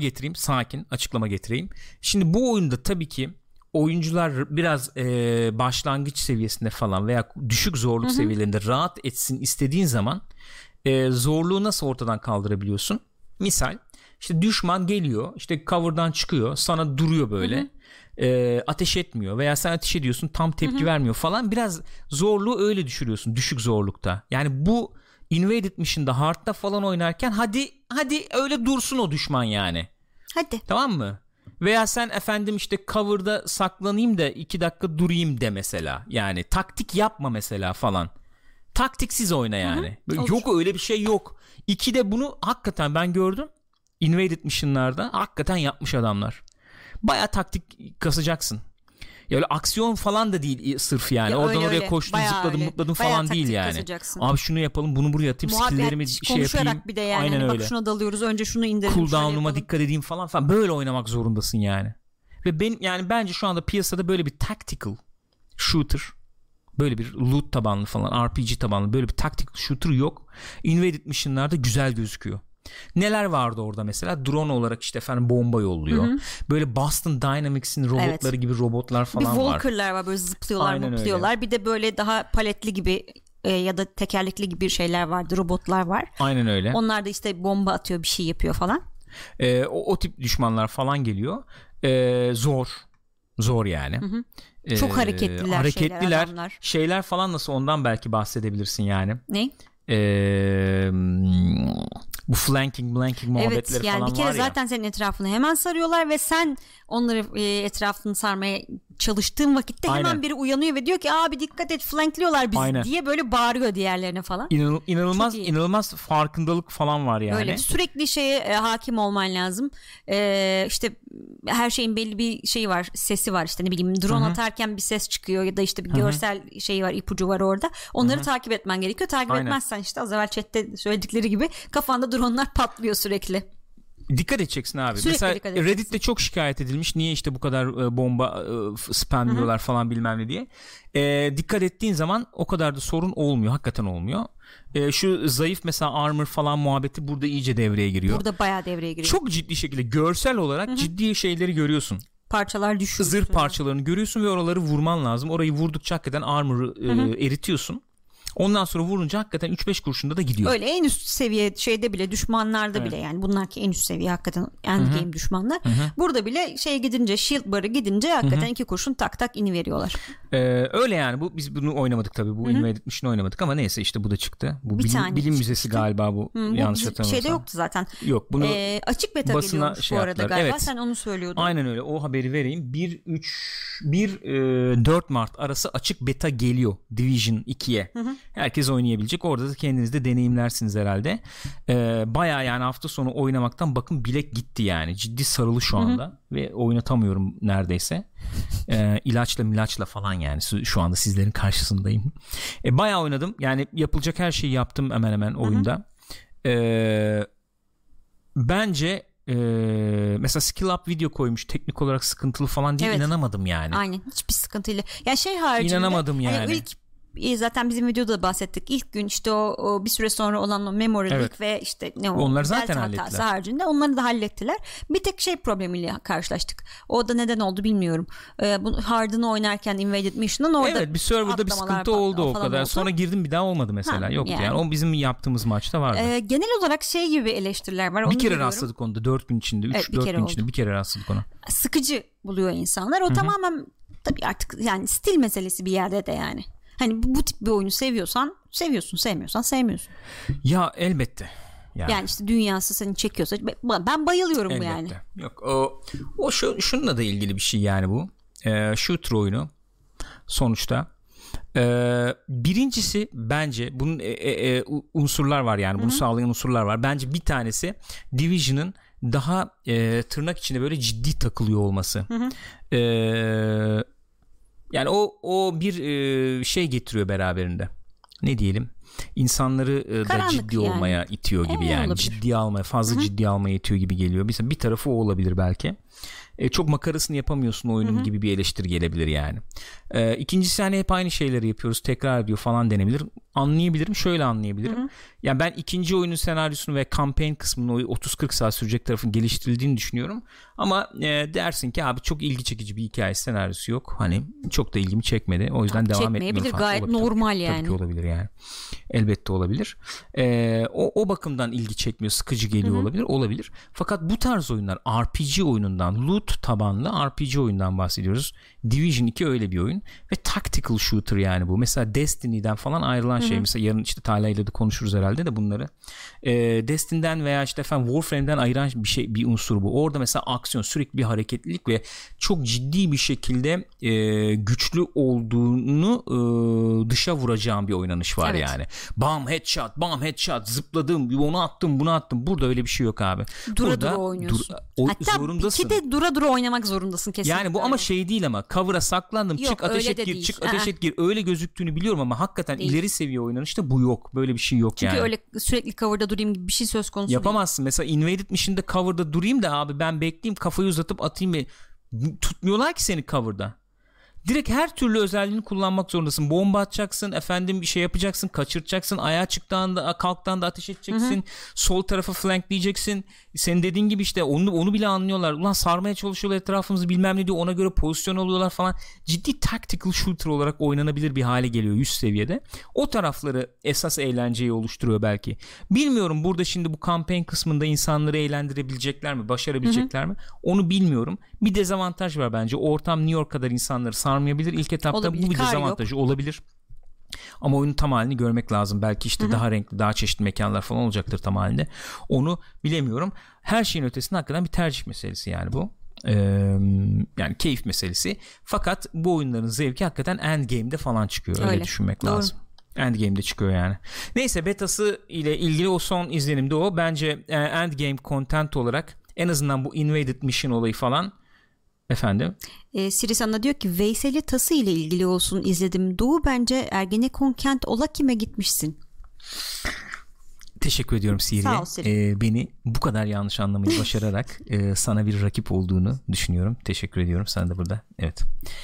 açıklama getireyim. Şimdi bu oyunda tabii ki oyuncular biraz başlangıç seviyesinde falan veya düşük zorluk seviyelerinde rahat etsin istediğin zaman zorluğu nasıl ortadan kaldırabiliyorsun? Misal işte düşman geliyor, işte cover'dan çıkıyor, sana duruyor böyle, ateş etmiyor veya sen ateş ediyorsun, tam tepki vermiyor falan. Biraz zorluğu öyle düşürüyorsun düşük zorlukta. Yani bu Invaded Mission'da hard'da falan oynarken hadi öyle dursun o düşman yani. Hadi. Tamam mı? Veya sen işte cover'da saklanayım da 2 dakika durayım de mesela. Yani taktik yapma mesela falan. Taktiksiz oyna yani. Yok, öyle bir şey yok. 2'de bunu hakikaten ben gördüm. Invaded Mission'larda hakikaten yapmış adamlar. Bayağı taktik kasacaksın. Ya öyle aksiyon falan da değil sırf yani. Oradan oraya koştum, zıpladım, mutladım falan değil yani. Abi şunu yapalım, bunu buraya atayım, skill'lerimi konuşarak bir de yani. Aynen öyle. Bak şuna dalıyoruz, önce şunu indirelim. Cooldown'uma dikkat edeyim falan. Böyle oynamak zorundasın yani. Ve bence şu anda piyasada böyle bir tactical shooter, böyle bir loot tabanlı falan, RPG tabanlı böyle bir tactical shooter yok. Invaded Mission'larda güzel gözüküyor. Neler vardı orada mesela? Drone olarak işte bomba yolluyor. Böyle Boston Dynamics'in robotları gibi robotlar falan var. Bir Walker'lar var böyle zıplıyorlar. Bir de böyle daha paletli gibi ya da tekerlekli gibi şeyler vardı. Robotlar var. Aynen öyle. Onlar da işte bomba atıyor, bir şey yapıyor falan. O tip düşmanlar falan geliyor. Zor yani. Çok hareketliler şeyler falan, nasıl, ondan belki bahsedebilirsin yani. Ne? Bu flanking muhabbetleri evet, yani falan var ya. Bir kere zaten senin etrafını hemen sarıyorlar ve sen onları etrafını sarmaya çalıştığın vakitte hemen biri uyanıyor ve diyor ki abi dikkat et, flankliyorlar bizi diye böyle bağırıyor diğerlerine falan. İnanılmaz farkındalık falan var yani. Öyle sürekli hakim olman lazım. İşte her şeyin belli bir şeyi var, sesi var, işte ne bileyim drone atarken bir ses çıkıyor ya da işte bir görsel şey var, ipucu var orada. Onları takip etmen gerekiyor. Takip etmezsen işte az evvel chatte söyledikleri gibi kafanda dronlar patlıyor sürekli. Dikkat edeceksin abi. Sürekli mesela dikkat edeceksin. Reddit'te çok şikayet edilmiş. Niye işte bu kadar bomba spamliyorlar falan bilmem ne diye. Dikkat ettiğin zaman o kadar da sorun olmuyor. Hakikaten olmuyor. Şu zayıf mesela armor falan muhabbeti burada iyice devreye giriyor. Burada bayağı devreye giriyor. Çok ciddi şekilde görsel olarak ciddi şeyleri görüyorsun. Parçalar düşüyor. Zırh parçalarını görüyorsun ve oraları vurman lazım. Orayı vurdukça hakikaten armor'ı eritiyorsun. Ondan sonra vurunca hakikaten 3-5 kurşunda da gidiyor. Öyle en üst seviye şeyde bile, düşmanlarda bile, yani bunlar ki en üst seviye hakikaten endgame düşmanlar. Burada bile gidince, shield barı gidince hakikaten 2 kurşun tak tak iniveriyorlar. Öyle yani. Biz bunu oynamadık tabii. Bu Invaded Mission'ı oynamadık ama neyse işte bu da çıktı. Bu bilim müzesi galiba bu. Yanlış hatırlamıyorsam. Şeyde yoktu zaten. Yok, bunu açık beta geliyormuş bu arada galiba. Evet. Sen onu söylüyordun. Aynen öyle. O haberi vereyim. 4 Mart arası açık beta geliyor Division 2'ye. Herkes oynayabilecek. Orada da kendiniz de deneyimlersiniz herhalde. Bayağı yani hafta sonu oynamaktan bakın bilek gitti yani. Ciddi sarılı şu anda ve oynatamıyorum neredeyse. İlaçla falan yani. Şu anda sizlerin karşısındayım. Bayağı oynadım. Yani yapılacak her şeyi yaptım hemen hemen oyunda. Bence mesela skill up video koymuş, teknik olarak sıkıntılı falan diye inanamadım yani. Aynen, hiçbir sıkıntıyla. Ya haricinde İnanamadım yani. Hani zaten bizim videoda da bahsettik. İlk gün işte o bir süre sonra olan o memory leak ve işte onlar zaten hallettiler. Haricinde onları da hallettiler. Bir tek problemiyle karşılaştık. O da neden oldu bilmiyorum. Bu Harden'ı oynarken Invaded Mission'ın orada bir serverda bir sıkıntı oldu o kadar. Oldu. Sonra girdim bir daha olmadı mesela. Yoktu yani. O bizim yaptığımız maçta vardı. Genel olarak gibi eleştiriler var. Bir kere rastladık onda 4 gün içinde. 3-4 gün içinde bir kere rastladık ona. Sıkıcı buluyor insanlar. O tamamen tabii artık yani stil meselesi bir yerde de yani. Hani bu tip bir oyunu seviyorsan seviyorsun, sevmiyorsan sevmiyorsun. Ya elbette. Yani işte dünyası seni çekiyorsa ben bayılıyorum elbette. Yani. Yok o şununla da ilgili bir şey yani bu. Shooter oyunu sonuçta. Birincisi bence bunun unsurlar var yani. Bunu sağlayan unsurlar var. Bence bir tanesi Division'ın daha tırnak içinde böyle ciddi takılıyor olması. Yani o bir getiriyor beraberinde. Ne diyelim? İnsanları da ciddi olmaya itiyor gibi yani. Olabilir. Ciddiye almaya, fazla ciddiye almaya itiyor gibi geliyor. Mesela bir tarafı o olabilir belki. Çok makarasını yapamıyorsun oyunun gibi bir eleştiri gelebilir yani. İkincisi hani hep aynı şeyleri yapıyoruz, tekrar ediyor falan denebilir. Anlayabilirim, şöyle anlayabilirim. Yani ben ikinci oyunun senaryosunu ve campaign kısmını, o 30-40 saat sürecek tarafın geliştirildiğini düşünüyorum. Ama dersin ki abi çok ilgi çekici bir hikaye senaryosu yok. Hani çok da ilgimi çekmedi. O yüzden devam etmiyor falan. Gayet olabilir. Normal yani. Tabii ki olabilir yani. Elbette olabilir. O bakımdan ilgi çekmiyor, sıkıcı geliyor olabilir. Fakat bu tarz oyunlar, RPG oyunundan, loot tabanlı RPG oyundan bahsediyoruz. Division 2 öyle bir oyun ve tactical shooter yani bu. Mesela Destiny'den falan ayrılan şey. Mesela yarın işte Talha ile de konuşuruz herhalde de bunları. Destiny'den veya işte Warframe'den ayıran bir unsur bu. Orada mesela aksiyon, sürekli bir hareketlilik ve çok ciddi bir şekilde güçlü olduğunu dışa vuracağım bir oynanış var yani. Bam headshot, zıpladım, onu attım, bunu attım. Burada öyle bir şey yok abi. Dura oynuyorsun. Hatta zorundasın. Bir de dura oynamak zorundasın kesinlikle. Yani bu ama değil ama cover'a saklandım, yok, çık ateş et gir, çık ateş et gir, öyle gözüktüğünü biliyorum ama hakikaten ileri seviye oynanışta bu yok. Böyle bir şey yok. Çünkü yani. Öyle sürekli cover'da durayım gibi bir şey söz konusu yapamazsın. Değil. Mesela Invaded Mission'da cover'da durayım da abi ben bekleyeyim, kafayı uzatıp atayım ve tutmuyorlar ki seni cover'da. Direkt her türlü özelliğini kullanmak zorundasın. Bomba atacaksın, bir şey yapacaksın, kaçırtacaksın, ayağa çıktığında, kalktığında ateş edeceksin. Sol tarafı flankleyeceksin. Senin dediğin gibi işte onu bile anlıyorlar. Ulan sarmaya çalışıyorlar etrafımızı bilmem ne diyor. Ona göre pozisyon alıyorlar falan. Ciddi tactical shooter olarak oynanabilir bir hale geliyor üst seviyede. O tarafları esas eğlenceyi oluşturuyor belki. Bilmiyorum burada şimdi bu campaign kısmında insanları eğlendirebilecekler mi? Başarabilecekler mi? Onu bilmiyorum. Bir dezavantaj var bence. Ortam New York kadar insanları sarmayabilir. İlk etapta olabilir, bu bir dezavantajı olabilir. Ama oyunun tam halini görmek lazım. Belki işte daha renkli, daha çeşitli mekanlar falan olacaktır tam halinde. Onu bilemiyorum. Her şeyin ötesinde hakikaten bir tercih meselesi yani bu. Yani keyif meselesi. Fakat bu oyunların zevki hakikaten endgame'de falan çıkıyor. Öyle düşünmek lazım. Endgame'de çıkıyor yani. Neyse, betası ile ilgili o son izlenimde o. Bence endgame content olarak en azından bu Invaded Mission olayı falan. Efendim? Siri sana diyor ki Veysel'i tası ile ilgili olsun izledim. Doğu bence Ergenekon kent ola kime gitmişsin? Teşekkür ediyorum Siri. Sağ ol Siri. Beni bu kadar yanlış anlamayı başararak sana bir rakip olduğunu düşünüyorum. Teşekkür ediyorum. Sen de burada. Evet.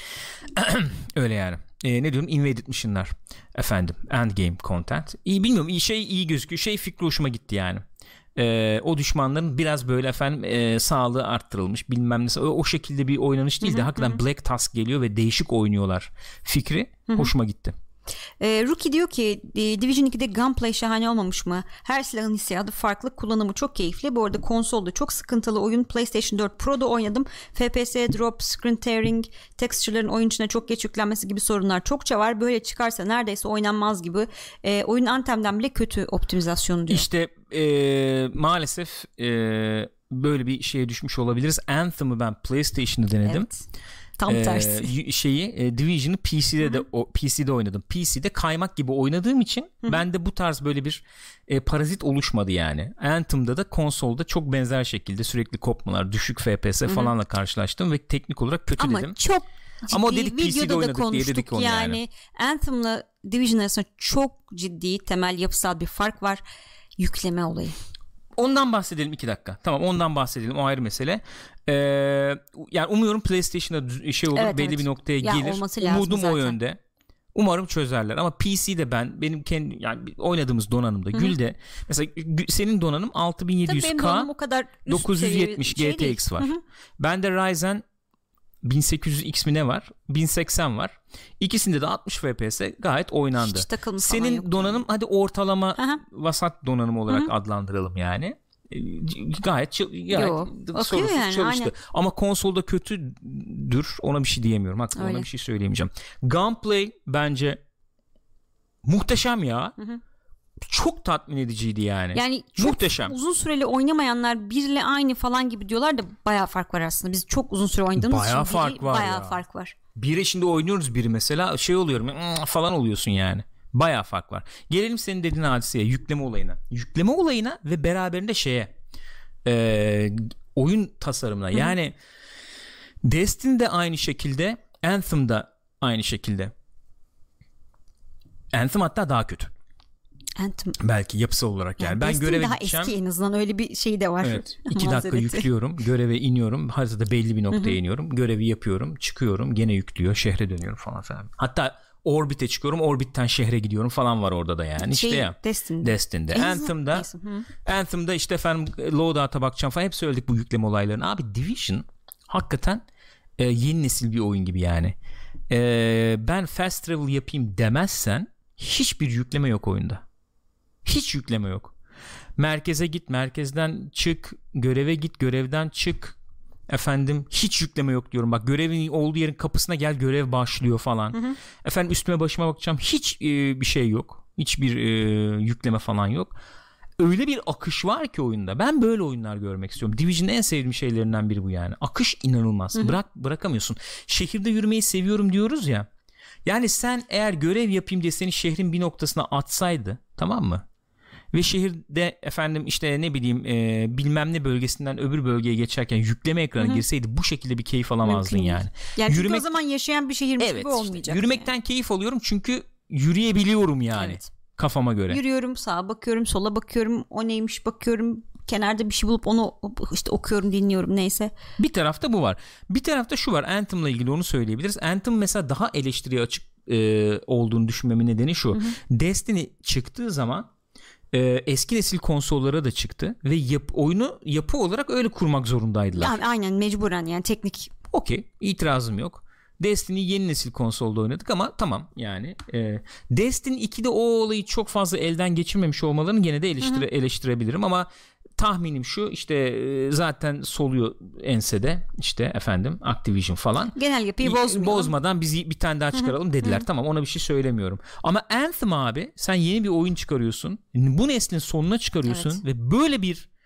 Öyle yani. Ne diyorum? Invaded Mission'lar. Efendim. Endgame content. İyi bilmiyorum. İyi gözüküyor. Fikri hoşuma gitti yani. O düşmanların biraz böyle efendim sağlığı arttırılmış bilmem ne. O şekilde bir oynanış değil de hakikaten Black Tusk geliyor ve değişik oynuyorlar. Fikri hoşuma gitti. Rookie diyor ki Division 2'de gunplay şahane olmamış mı? Her silahın hissiyatı farklı, kullanımı çok keyifli. Bu arada konsolda çok sıkıntılı oyun. PlayStation 4 Pro'da oynadım. FPS drop, screen tearing, texture'ların oyun içine çok geç yüklenmesi gibi sorunlar çokça var. Böyle çıkarsa neredeyse oynanmaz gibi. Oyun Anthem'den bile kötü optimizasyonu diyor. İşte maalesef böyle bir şeye düşmüş olabiliriz. Anthem'ı ben PlayStation'da denedim. Evet. Tam tersi. Division'ı PC'de oynadım. PC'de kaymak gibi oynadığım için bende bu tarz böyle bir parazit oluşmadı yani. Anthem'da da konsolda çok benzer şekilde sürekli kopmalar, düşük FPS falanla karşılaştım ve teknik olarak kötü ama dedim. Çok ciddi, ama dedik PC'de oynadık diye dedik onu yani. Anthem'la Division arasında çok ciddi temel yapısal bir fark var. Yükleme olayı. Ondan bahsedelim 2 dakika. Tamam, ondan bahsedelim, o ayrı mesele. Yani umuyorum PlayStation'da olur, belli bir noktaya gelir. Umudum o yönde. Umarım çözerler ama PC'de benim kendi yani oynadığımız donanımda Gül'de mesela senin donanım 6700K 970 GTX var. Bende Ryzen 1800X mi ne var? 1080 var. İkisinde de 60 FPS gayet oynandı. Senin donanım hadi ortalama vasat donanım olarak adlandıralım yani. Gayet sorunsuz yani, çalıştı. Aynen. Ama konsolda kötüdür. Ona bir şey diyemiyorum. Hatta ona bir şey söyleyemeyeceğim. Gunplay bence muhteşem ya. Çok tatmin ediciydi yani. Yani çok muhteşem. Uzun süreli oynamayanlar birle aynı falan gibi diyorlar da bayağı fark var aslında. Biz çok uzun süre oynadığımız bayağı için fark var. Biri şimdi oynuyoruz biri mesela oluyorum falan oluyorsun yani. Bayağı fark var. Gelelim senin dediğin hadiseye, yükleme olayına ve beraberinde oyun tasarımına. Yani Destiny'de aynı şekilde, Anthem'da aynı şekilde. Anthem hatta daha kötü. Anthem. Belki yapısal olarak yani. Ben göreve daha gideceğim. Eski en azından öyle bir şey de var. Evet. 2 dakika yüklüyorum. Göreve iniyorum. Haritada belli bir noktaya iniyorum. Görevi yapıyorum. Çıkıyorum. Gene yüklüyor. Şehre dönüyorum falan. Hatta Orbit'e çıkıyorum. Orbit'ten şehre gidiyorum falan var orada da yani. Destiny'de. Anthem'da işte efendim loadout'a bakacağım falan. Hep söyledik bu yükleme olaylarını. Abi Division hakikaten yeni nesil bir oyun gibi yani. Ben fast travel yapayım demezsen hiçbir yükleme yok oyunda. Hiç yükleme yok. Merkeze git, merkezden çık, göreve git, görevden çık. Efendim hiç yükleme yok diyorum. Bak görevin olduğu yerin kapısına gel, görev başlıyor falan. Efendim üstüme başıma bakacağım. Hiç bir şey yok. Hiçbir yükleme falan yok. Öyle bir akış var ki oyunda. Ben böyle oyunlar görmek istiyorum. Division'ın en sevdiğim şeylerinden biri bu yani. Akış inanılmaz. Bırakamıyorsun. Şehirde yürümeyi seviyorum diyoruz ya. Yani sen eğer görev yapayım diye seni şehrin bir noktasına atsaydı, tamam mı? Ve şehirde efendim işte ne bileyim bilmem ne bölgesinden öbür bölgeye geçerken yükleme ekranı girseydi bu şekilde bir keyif alamazdın yani. Yani çünkü o zaman yaşayan bir şehirmiş gibi olmayacak. Işte, yürümekten yani keyif alıyorum çünkü yürüyebiliyorum yani. Evet. Kafama göre. Yürüyorum, sağa bakıyorum, sola bakıyorum, o neymiş bakıyorum, kenarda bir şey bulup onu işte okuyorum, dinliyorum, neyse. Bir tarafta bu var. Bir tarafta şu var. Anthem'la ilgili onu söyleyebiliriz. Anthem mesela daha eleştiriye açık olduğunu düşünmemin nedeni şu. Destiny çıktığı zaman eski nesil konsollara da çıktı ve oyunu yapı olarak öyle kurmak zorundaydılar. Yani aynen, mecburen yani teknik. Okey, itirazım yok. Destiny yeni nesil konsolda oynadık ama tamam yani Destiny 2'de o olayı çok fazla elden geçirmemiş olmalarını gene de eleştirebilirim ama tahminim şu, işte zaten soluyor ensede işte efendim Activision falan. Genel yapıyı bozmadan biz bir tane daha çıkaralım dediler. Tamam, ona bir şey söylemiyorum. Ama Anthem abi, sen yeni bir oyun çıkarıyorsun. Bu neslin sonuna çıkarıyorsun ve böyle bir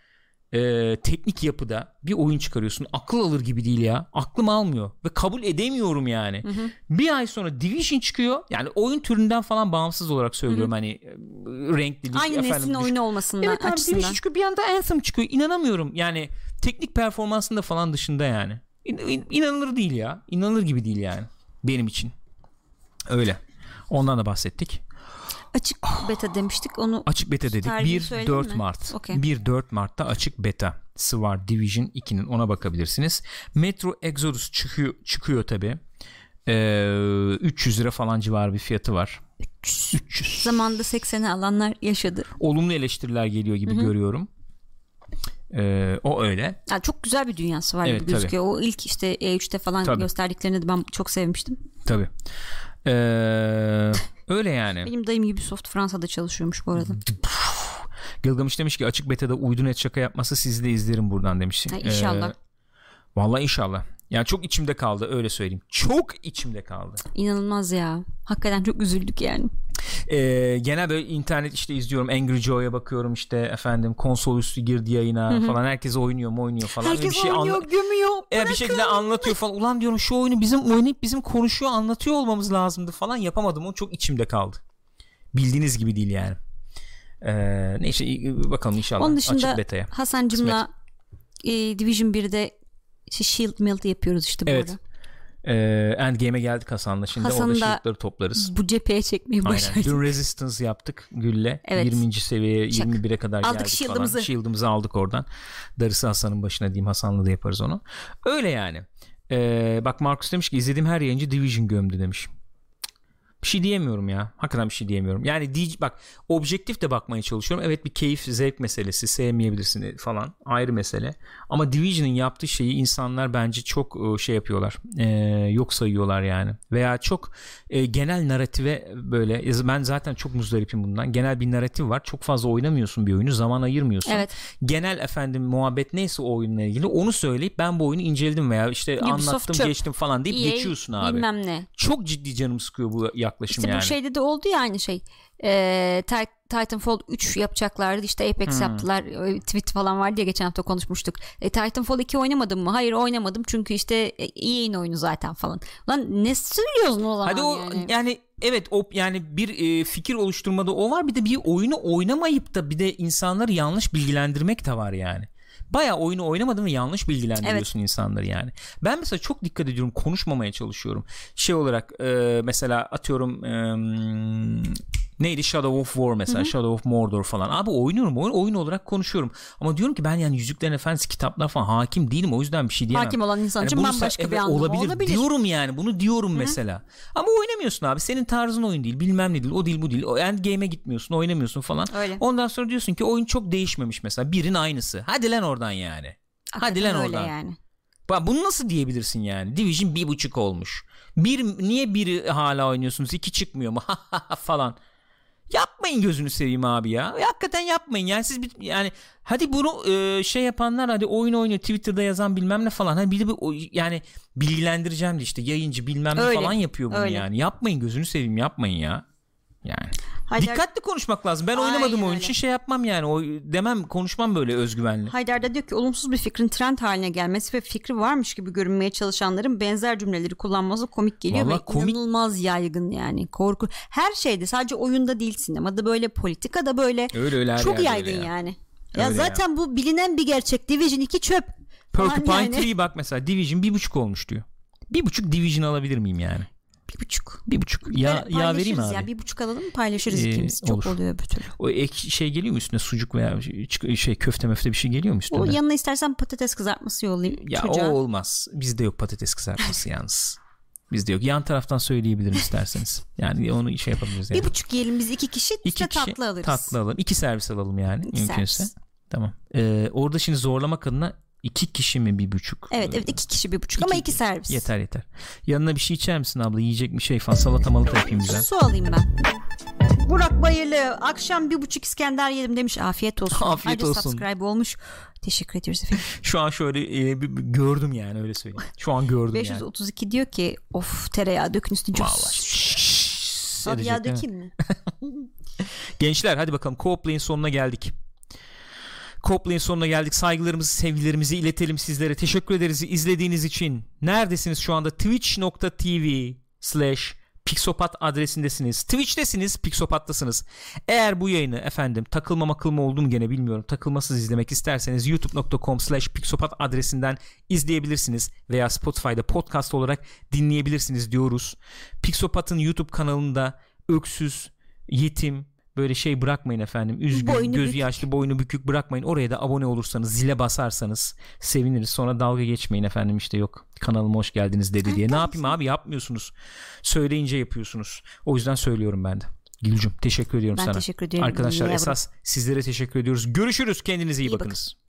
teknik yapıda bir oyun çıkarıyorsun. Akıl alır gibi değil ya. Aklım almıyor ve kabul edemiyorum yani. Bir ay sonra Division çıkıyor. Yani oyun türünden falan bağımsız olarak söylüyorum. Hani renklilik aynı neslin oyunu olmasından evet, abi, açısından. Division çıkıyor, bir anda Anthem çıkıyor. İnanamıyorum. Yani teknik performansında falan dışında yani. İnanılır değil ya. İnanılır gibi değil yani. Benim için. Öyle. Ondan da bahsettik. Açık beta demiştik. Onu açık beta dedik. 1-4 Mart. Okay. 1-4 Mart'ta açık beta'sı var Division 2'nin. Ona bakabilirsiniz. Metro Exodus çıkıyor tabii. 300 lira falan civarı bir fiyatı var. 300. Zamanında 80'e alanlar yaşadı. Olumlu eleştiriler geliyor gibi görüyorum. O öyle. Yani çok güzel bir dünyası var gibi gözüküyor. O ilk işte E3'te falan gösterdiklerini de ben çok sevmiştim. Tabii. Öyle yani. Benim dayım Ubisoft Fransa'da çalışıyormuş bu arada. Gılgamış demiş ki açık beta'da uydunet şaka yapması sizi de izlerim buradan demiş. İnşallah. Vallahi inşallah. Yani çok içimde kaldı, öyle söyleyeyim. Çok içimde kaldı. İnanılmaz ya. Hakikaten çok üzüldük yani. Genel böyle internet işte izliyorum. Angry Joe'ya bakıyorum işte efendim, konsol üstü girdi yayına falan. Herkes oynuyor falan. Herkes bir şey oynuyor, gömüyor. Bir şekilde anlatıyor falan. Ulan diyorum şu oyunu bizim oynayıp bizim konuşuyor, anlatıyor olmamız lazımdı falan. Yapamadım, o çok içimde kaldı. Bildiğiniz gibi değil yani. Neyse bakalım inşallah. Onun dışında açık beta'ya. Hasan'cımla Division 1'de Shield Melt yapıyoruz işte bu arada. Endgame'e geldik Hasan'la. Şimdi Hasan orada shield'ları toplarız. Bu cepheye çekmeyi başardık. Dün Resistance yaptık Gül'le. Evet. 20. seviyeye 21'e kadar aldık geldik shield'ımızı falan. Shield'ımızı aldık oradan. Darısı Hasan'ın başına diyeyim. Hasan'la da yaparız onu. Öyle yani. Bak Marcus demiş ki izlediğim her yayıncı Division gömdü demiş. Bir şey diyemiyorum ya. Hakikaten bir şey diyemiyorum. Yani bak objektif de bakmaya çalışıyorum. Evet bir keyif zevk meselesi. Sevmeyebilirsin falan. Ayrı mesele. Ama Division'ın yaptığı şeyi insanlar bence çok şey yapıyorlar. Yok sayıyorlar yani. Veya çok genel narrative böyle. Ben zaten çok muzdaripim bundan. Genel bir narratif var. Çok fazla oynamıyorsun bir oyunu. Zaman ayırmıyorsun. Evet. Genel efendim muhabbet neyse o oyunla ilgili onu söyleyip ben bu oyunu inceledim veya işte Ubisoft anlattım çöp, geçtim falan deyip geçiyorsun abi. Bilmem ne. Çok ciddi canım sıkıyor bu yaklaşım işte yani. Bu şeyde de oldu ya aynı şey. Titanfall 3 yapacaklardı. İşte Apex yaptılar. Tweet falan vardı ya, geçen hafta konuşmuştuk. Titanfall 2 oynamadın mı? Hayır oynamadım. Çünkü işte EA'in oyunu zaten falan. Lan ne söylüyorsun o zaman? Hadi o yani evet o yani bir fikir oluşturmada o var. Bir de bir oyunu oynamayıp da bir de insanları yanlış bilgilendirmek de var yani. Bayağı oyunu oynamadın ve yanlış bilgilendiriyorsun insanları yani. Ben mesela çok dikkat ediyorum, konuşmamaya çalışıyorum. Şey olarak mesela atıyorum neydi, Shadow of War mesela, Shadow of Mordor falan. Abi oynuyorum, oyun olarak konuşuyorum. Ama diyorum ki ben yani Yüzüklerin Efendisi kitaplar falan hakim değilim, o yüzden bir şey diyemem. Hakim olan insan için bambaşka bir anlamı olabilir. Diyorum yani, bunu diyorum mesela. Ama oynamıyorsun abi, senin tarzın oyun değil, bilmem ne değil, o değil bu değil. O endgame'e gitmiyorsun, oynamıyorsun falan. Öyle. Ondan sonra diyorsun ki oyun çok değişmemiş mesela, birin aynısı. Hadi lan oradan yani. Hadi lan oradan. Yani. Bunu nasıl diyebilirsin yani? Division 1.5 olmuş. Niye biri hala oynuyorsunuz? 2 çıkmıyor mu? falan. Yapmayın gözünü seveyim abi ya. Hakikaten yapmayın. Yani siz yani hadi bunu şey yapanlar, hadi oyun oynuyor Twitter'da yazan bilmem ne falan. Hani bir de yani bilgilendireceğim de işte yayıncı bilmem ne falan yapıyor bunu yani. Yapmayın gözünü seveyim, yapmayın ya. Yani dikkatli konuşmak lazım. Ben oynamadım oyun için şey yapmam yani. Konuşmam böyle özgüvenli. Haydar da diyor ki olumsuz bir fikrin trend haline gelmesi ve fikri varmış gibi görünmeye çalışanların benzer cümleleri kullanması komik geliyor. Vallahi ve inanılmaz yaygın yani. Korku. Her şeyde, sadece oyunda değil, sinemada böyle, politikada böyle. Öyle çok yaygın yani. Ya zaten bu bilinen bir gerçek. Division 2 çöp. Porcupine Tree bak mesela, Division 1.5 olmuş diyor. 1.5 Division alabilir miyim yani? 1.5 ya vereyim abi. Ya 1.5 alalım, paylaşırız ikimiz. Çok olur. Oluyor bütün. O ek şey geliyor mu üstüne, sucuk veya şey köfte möfte bir şey geliyor mu üstüne? O yanına istersen patates kızartması yollayayım ya çocuğa. O olmaz. Bizde yok patates kızartması yalnız. Bizde yok. Yan taraftan söyleyebilirim isterseniz. Yani onu şey yapabiliriz yani. 1.5 yiyelim biz 2 kişi. 2 tatlı alırız. Tatlı alalım. 2 servis alalım yani mümkünse. Tamam. Orada şimdi zorlamak adına 2 kişi mi 1.5? Evet 2 kişi 1.5 ama 2 servis. Yeter. Yanına bir şey içer misin abla? Yiyecek bir şey falan. Salata malata yapayım güzel. Su alayım ben. Burak Bayırlı akşam 1.5 İskender yedim demiş. Afiyet olsun. Afiyet olsun. Subscribe olmuş. Teşekkür ediyoruz efendim. Şu an şöyle gördüm yani, öyle söyleyeyim. Şu an gördüm 532 yani. Diyor ki of tereyağı dökün üstüne. Hadi yağ dökeyim mi? Gençler hadi bakalım, Co-Play'in sonuna geldik. Co-Play'in sonuna geldik. Saygılarımızı, sevgilerimizi iletelim sizlere. Teşekkür ederiz izlediğiniz için. Neredesiniz şu anda? twitch.tv/Pixopat adresindesiniz. Twitch'tesiniz, Pixopat'tasınız. Eğer bu yayını efendim takılma oldu mu gene bilmiyorum, takılmasız izlemek isterseniz youtube.com/Pixopat adresinden izleyebilirsiniz veya Spotify'da podcast olarak dinleyebilirsiniz diyoruz. Pixopat'ın YouTube kanalında öksüz, yetim böyle şey bırakmayın efendim, üzgün, gözü yaşlı, boynu bükük bırakmayın. Oraya da abone olursanız, zile basarsanız seviniriz. Sonra dalga geçmeyin efendim, işte yok kanalıma hoş geldiniz dedi diye. Ne yapayım abi, yapmıyorsunuz, söyleyince yapıyorsunuz. O yüzden söylüyorum ben de. Gülcüm teşekkür ediyorum sana. Ben teşekkür ediyorum arkadaşlar. Esas sizlere teşekkür ediyoruz. Görüşürüz, kendinize iyi bakınız.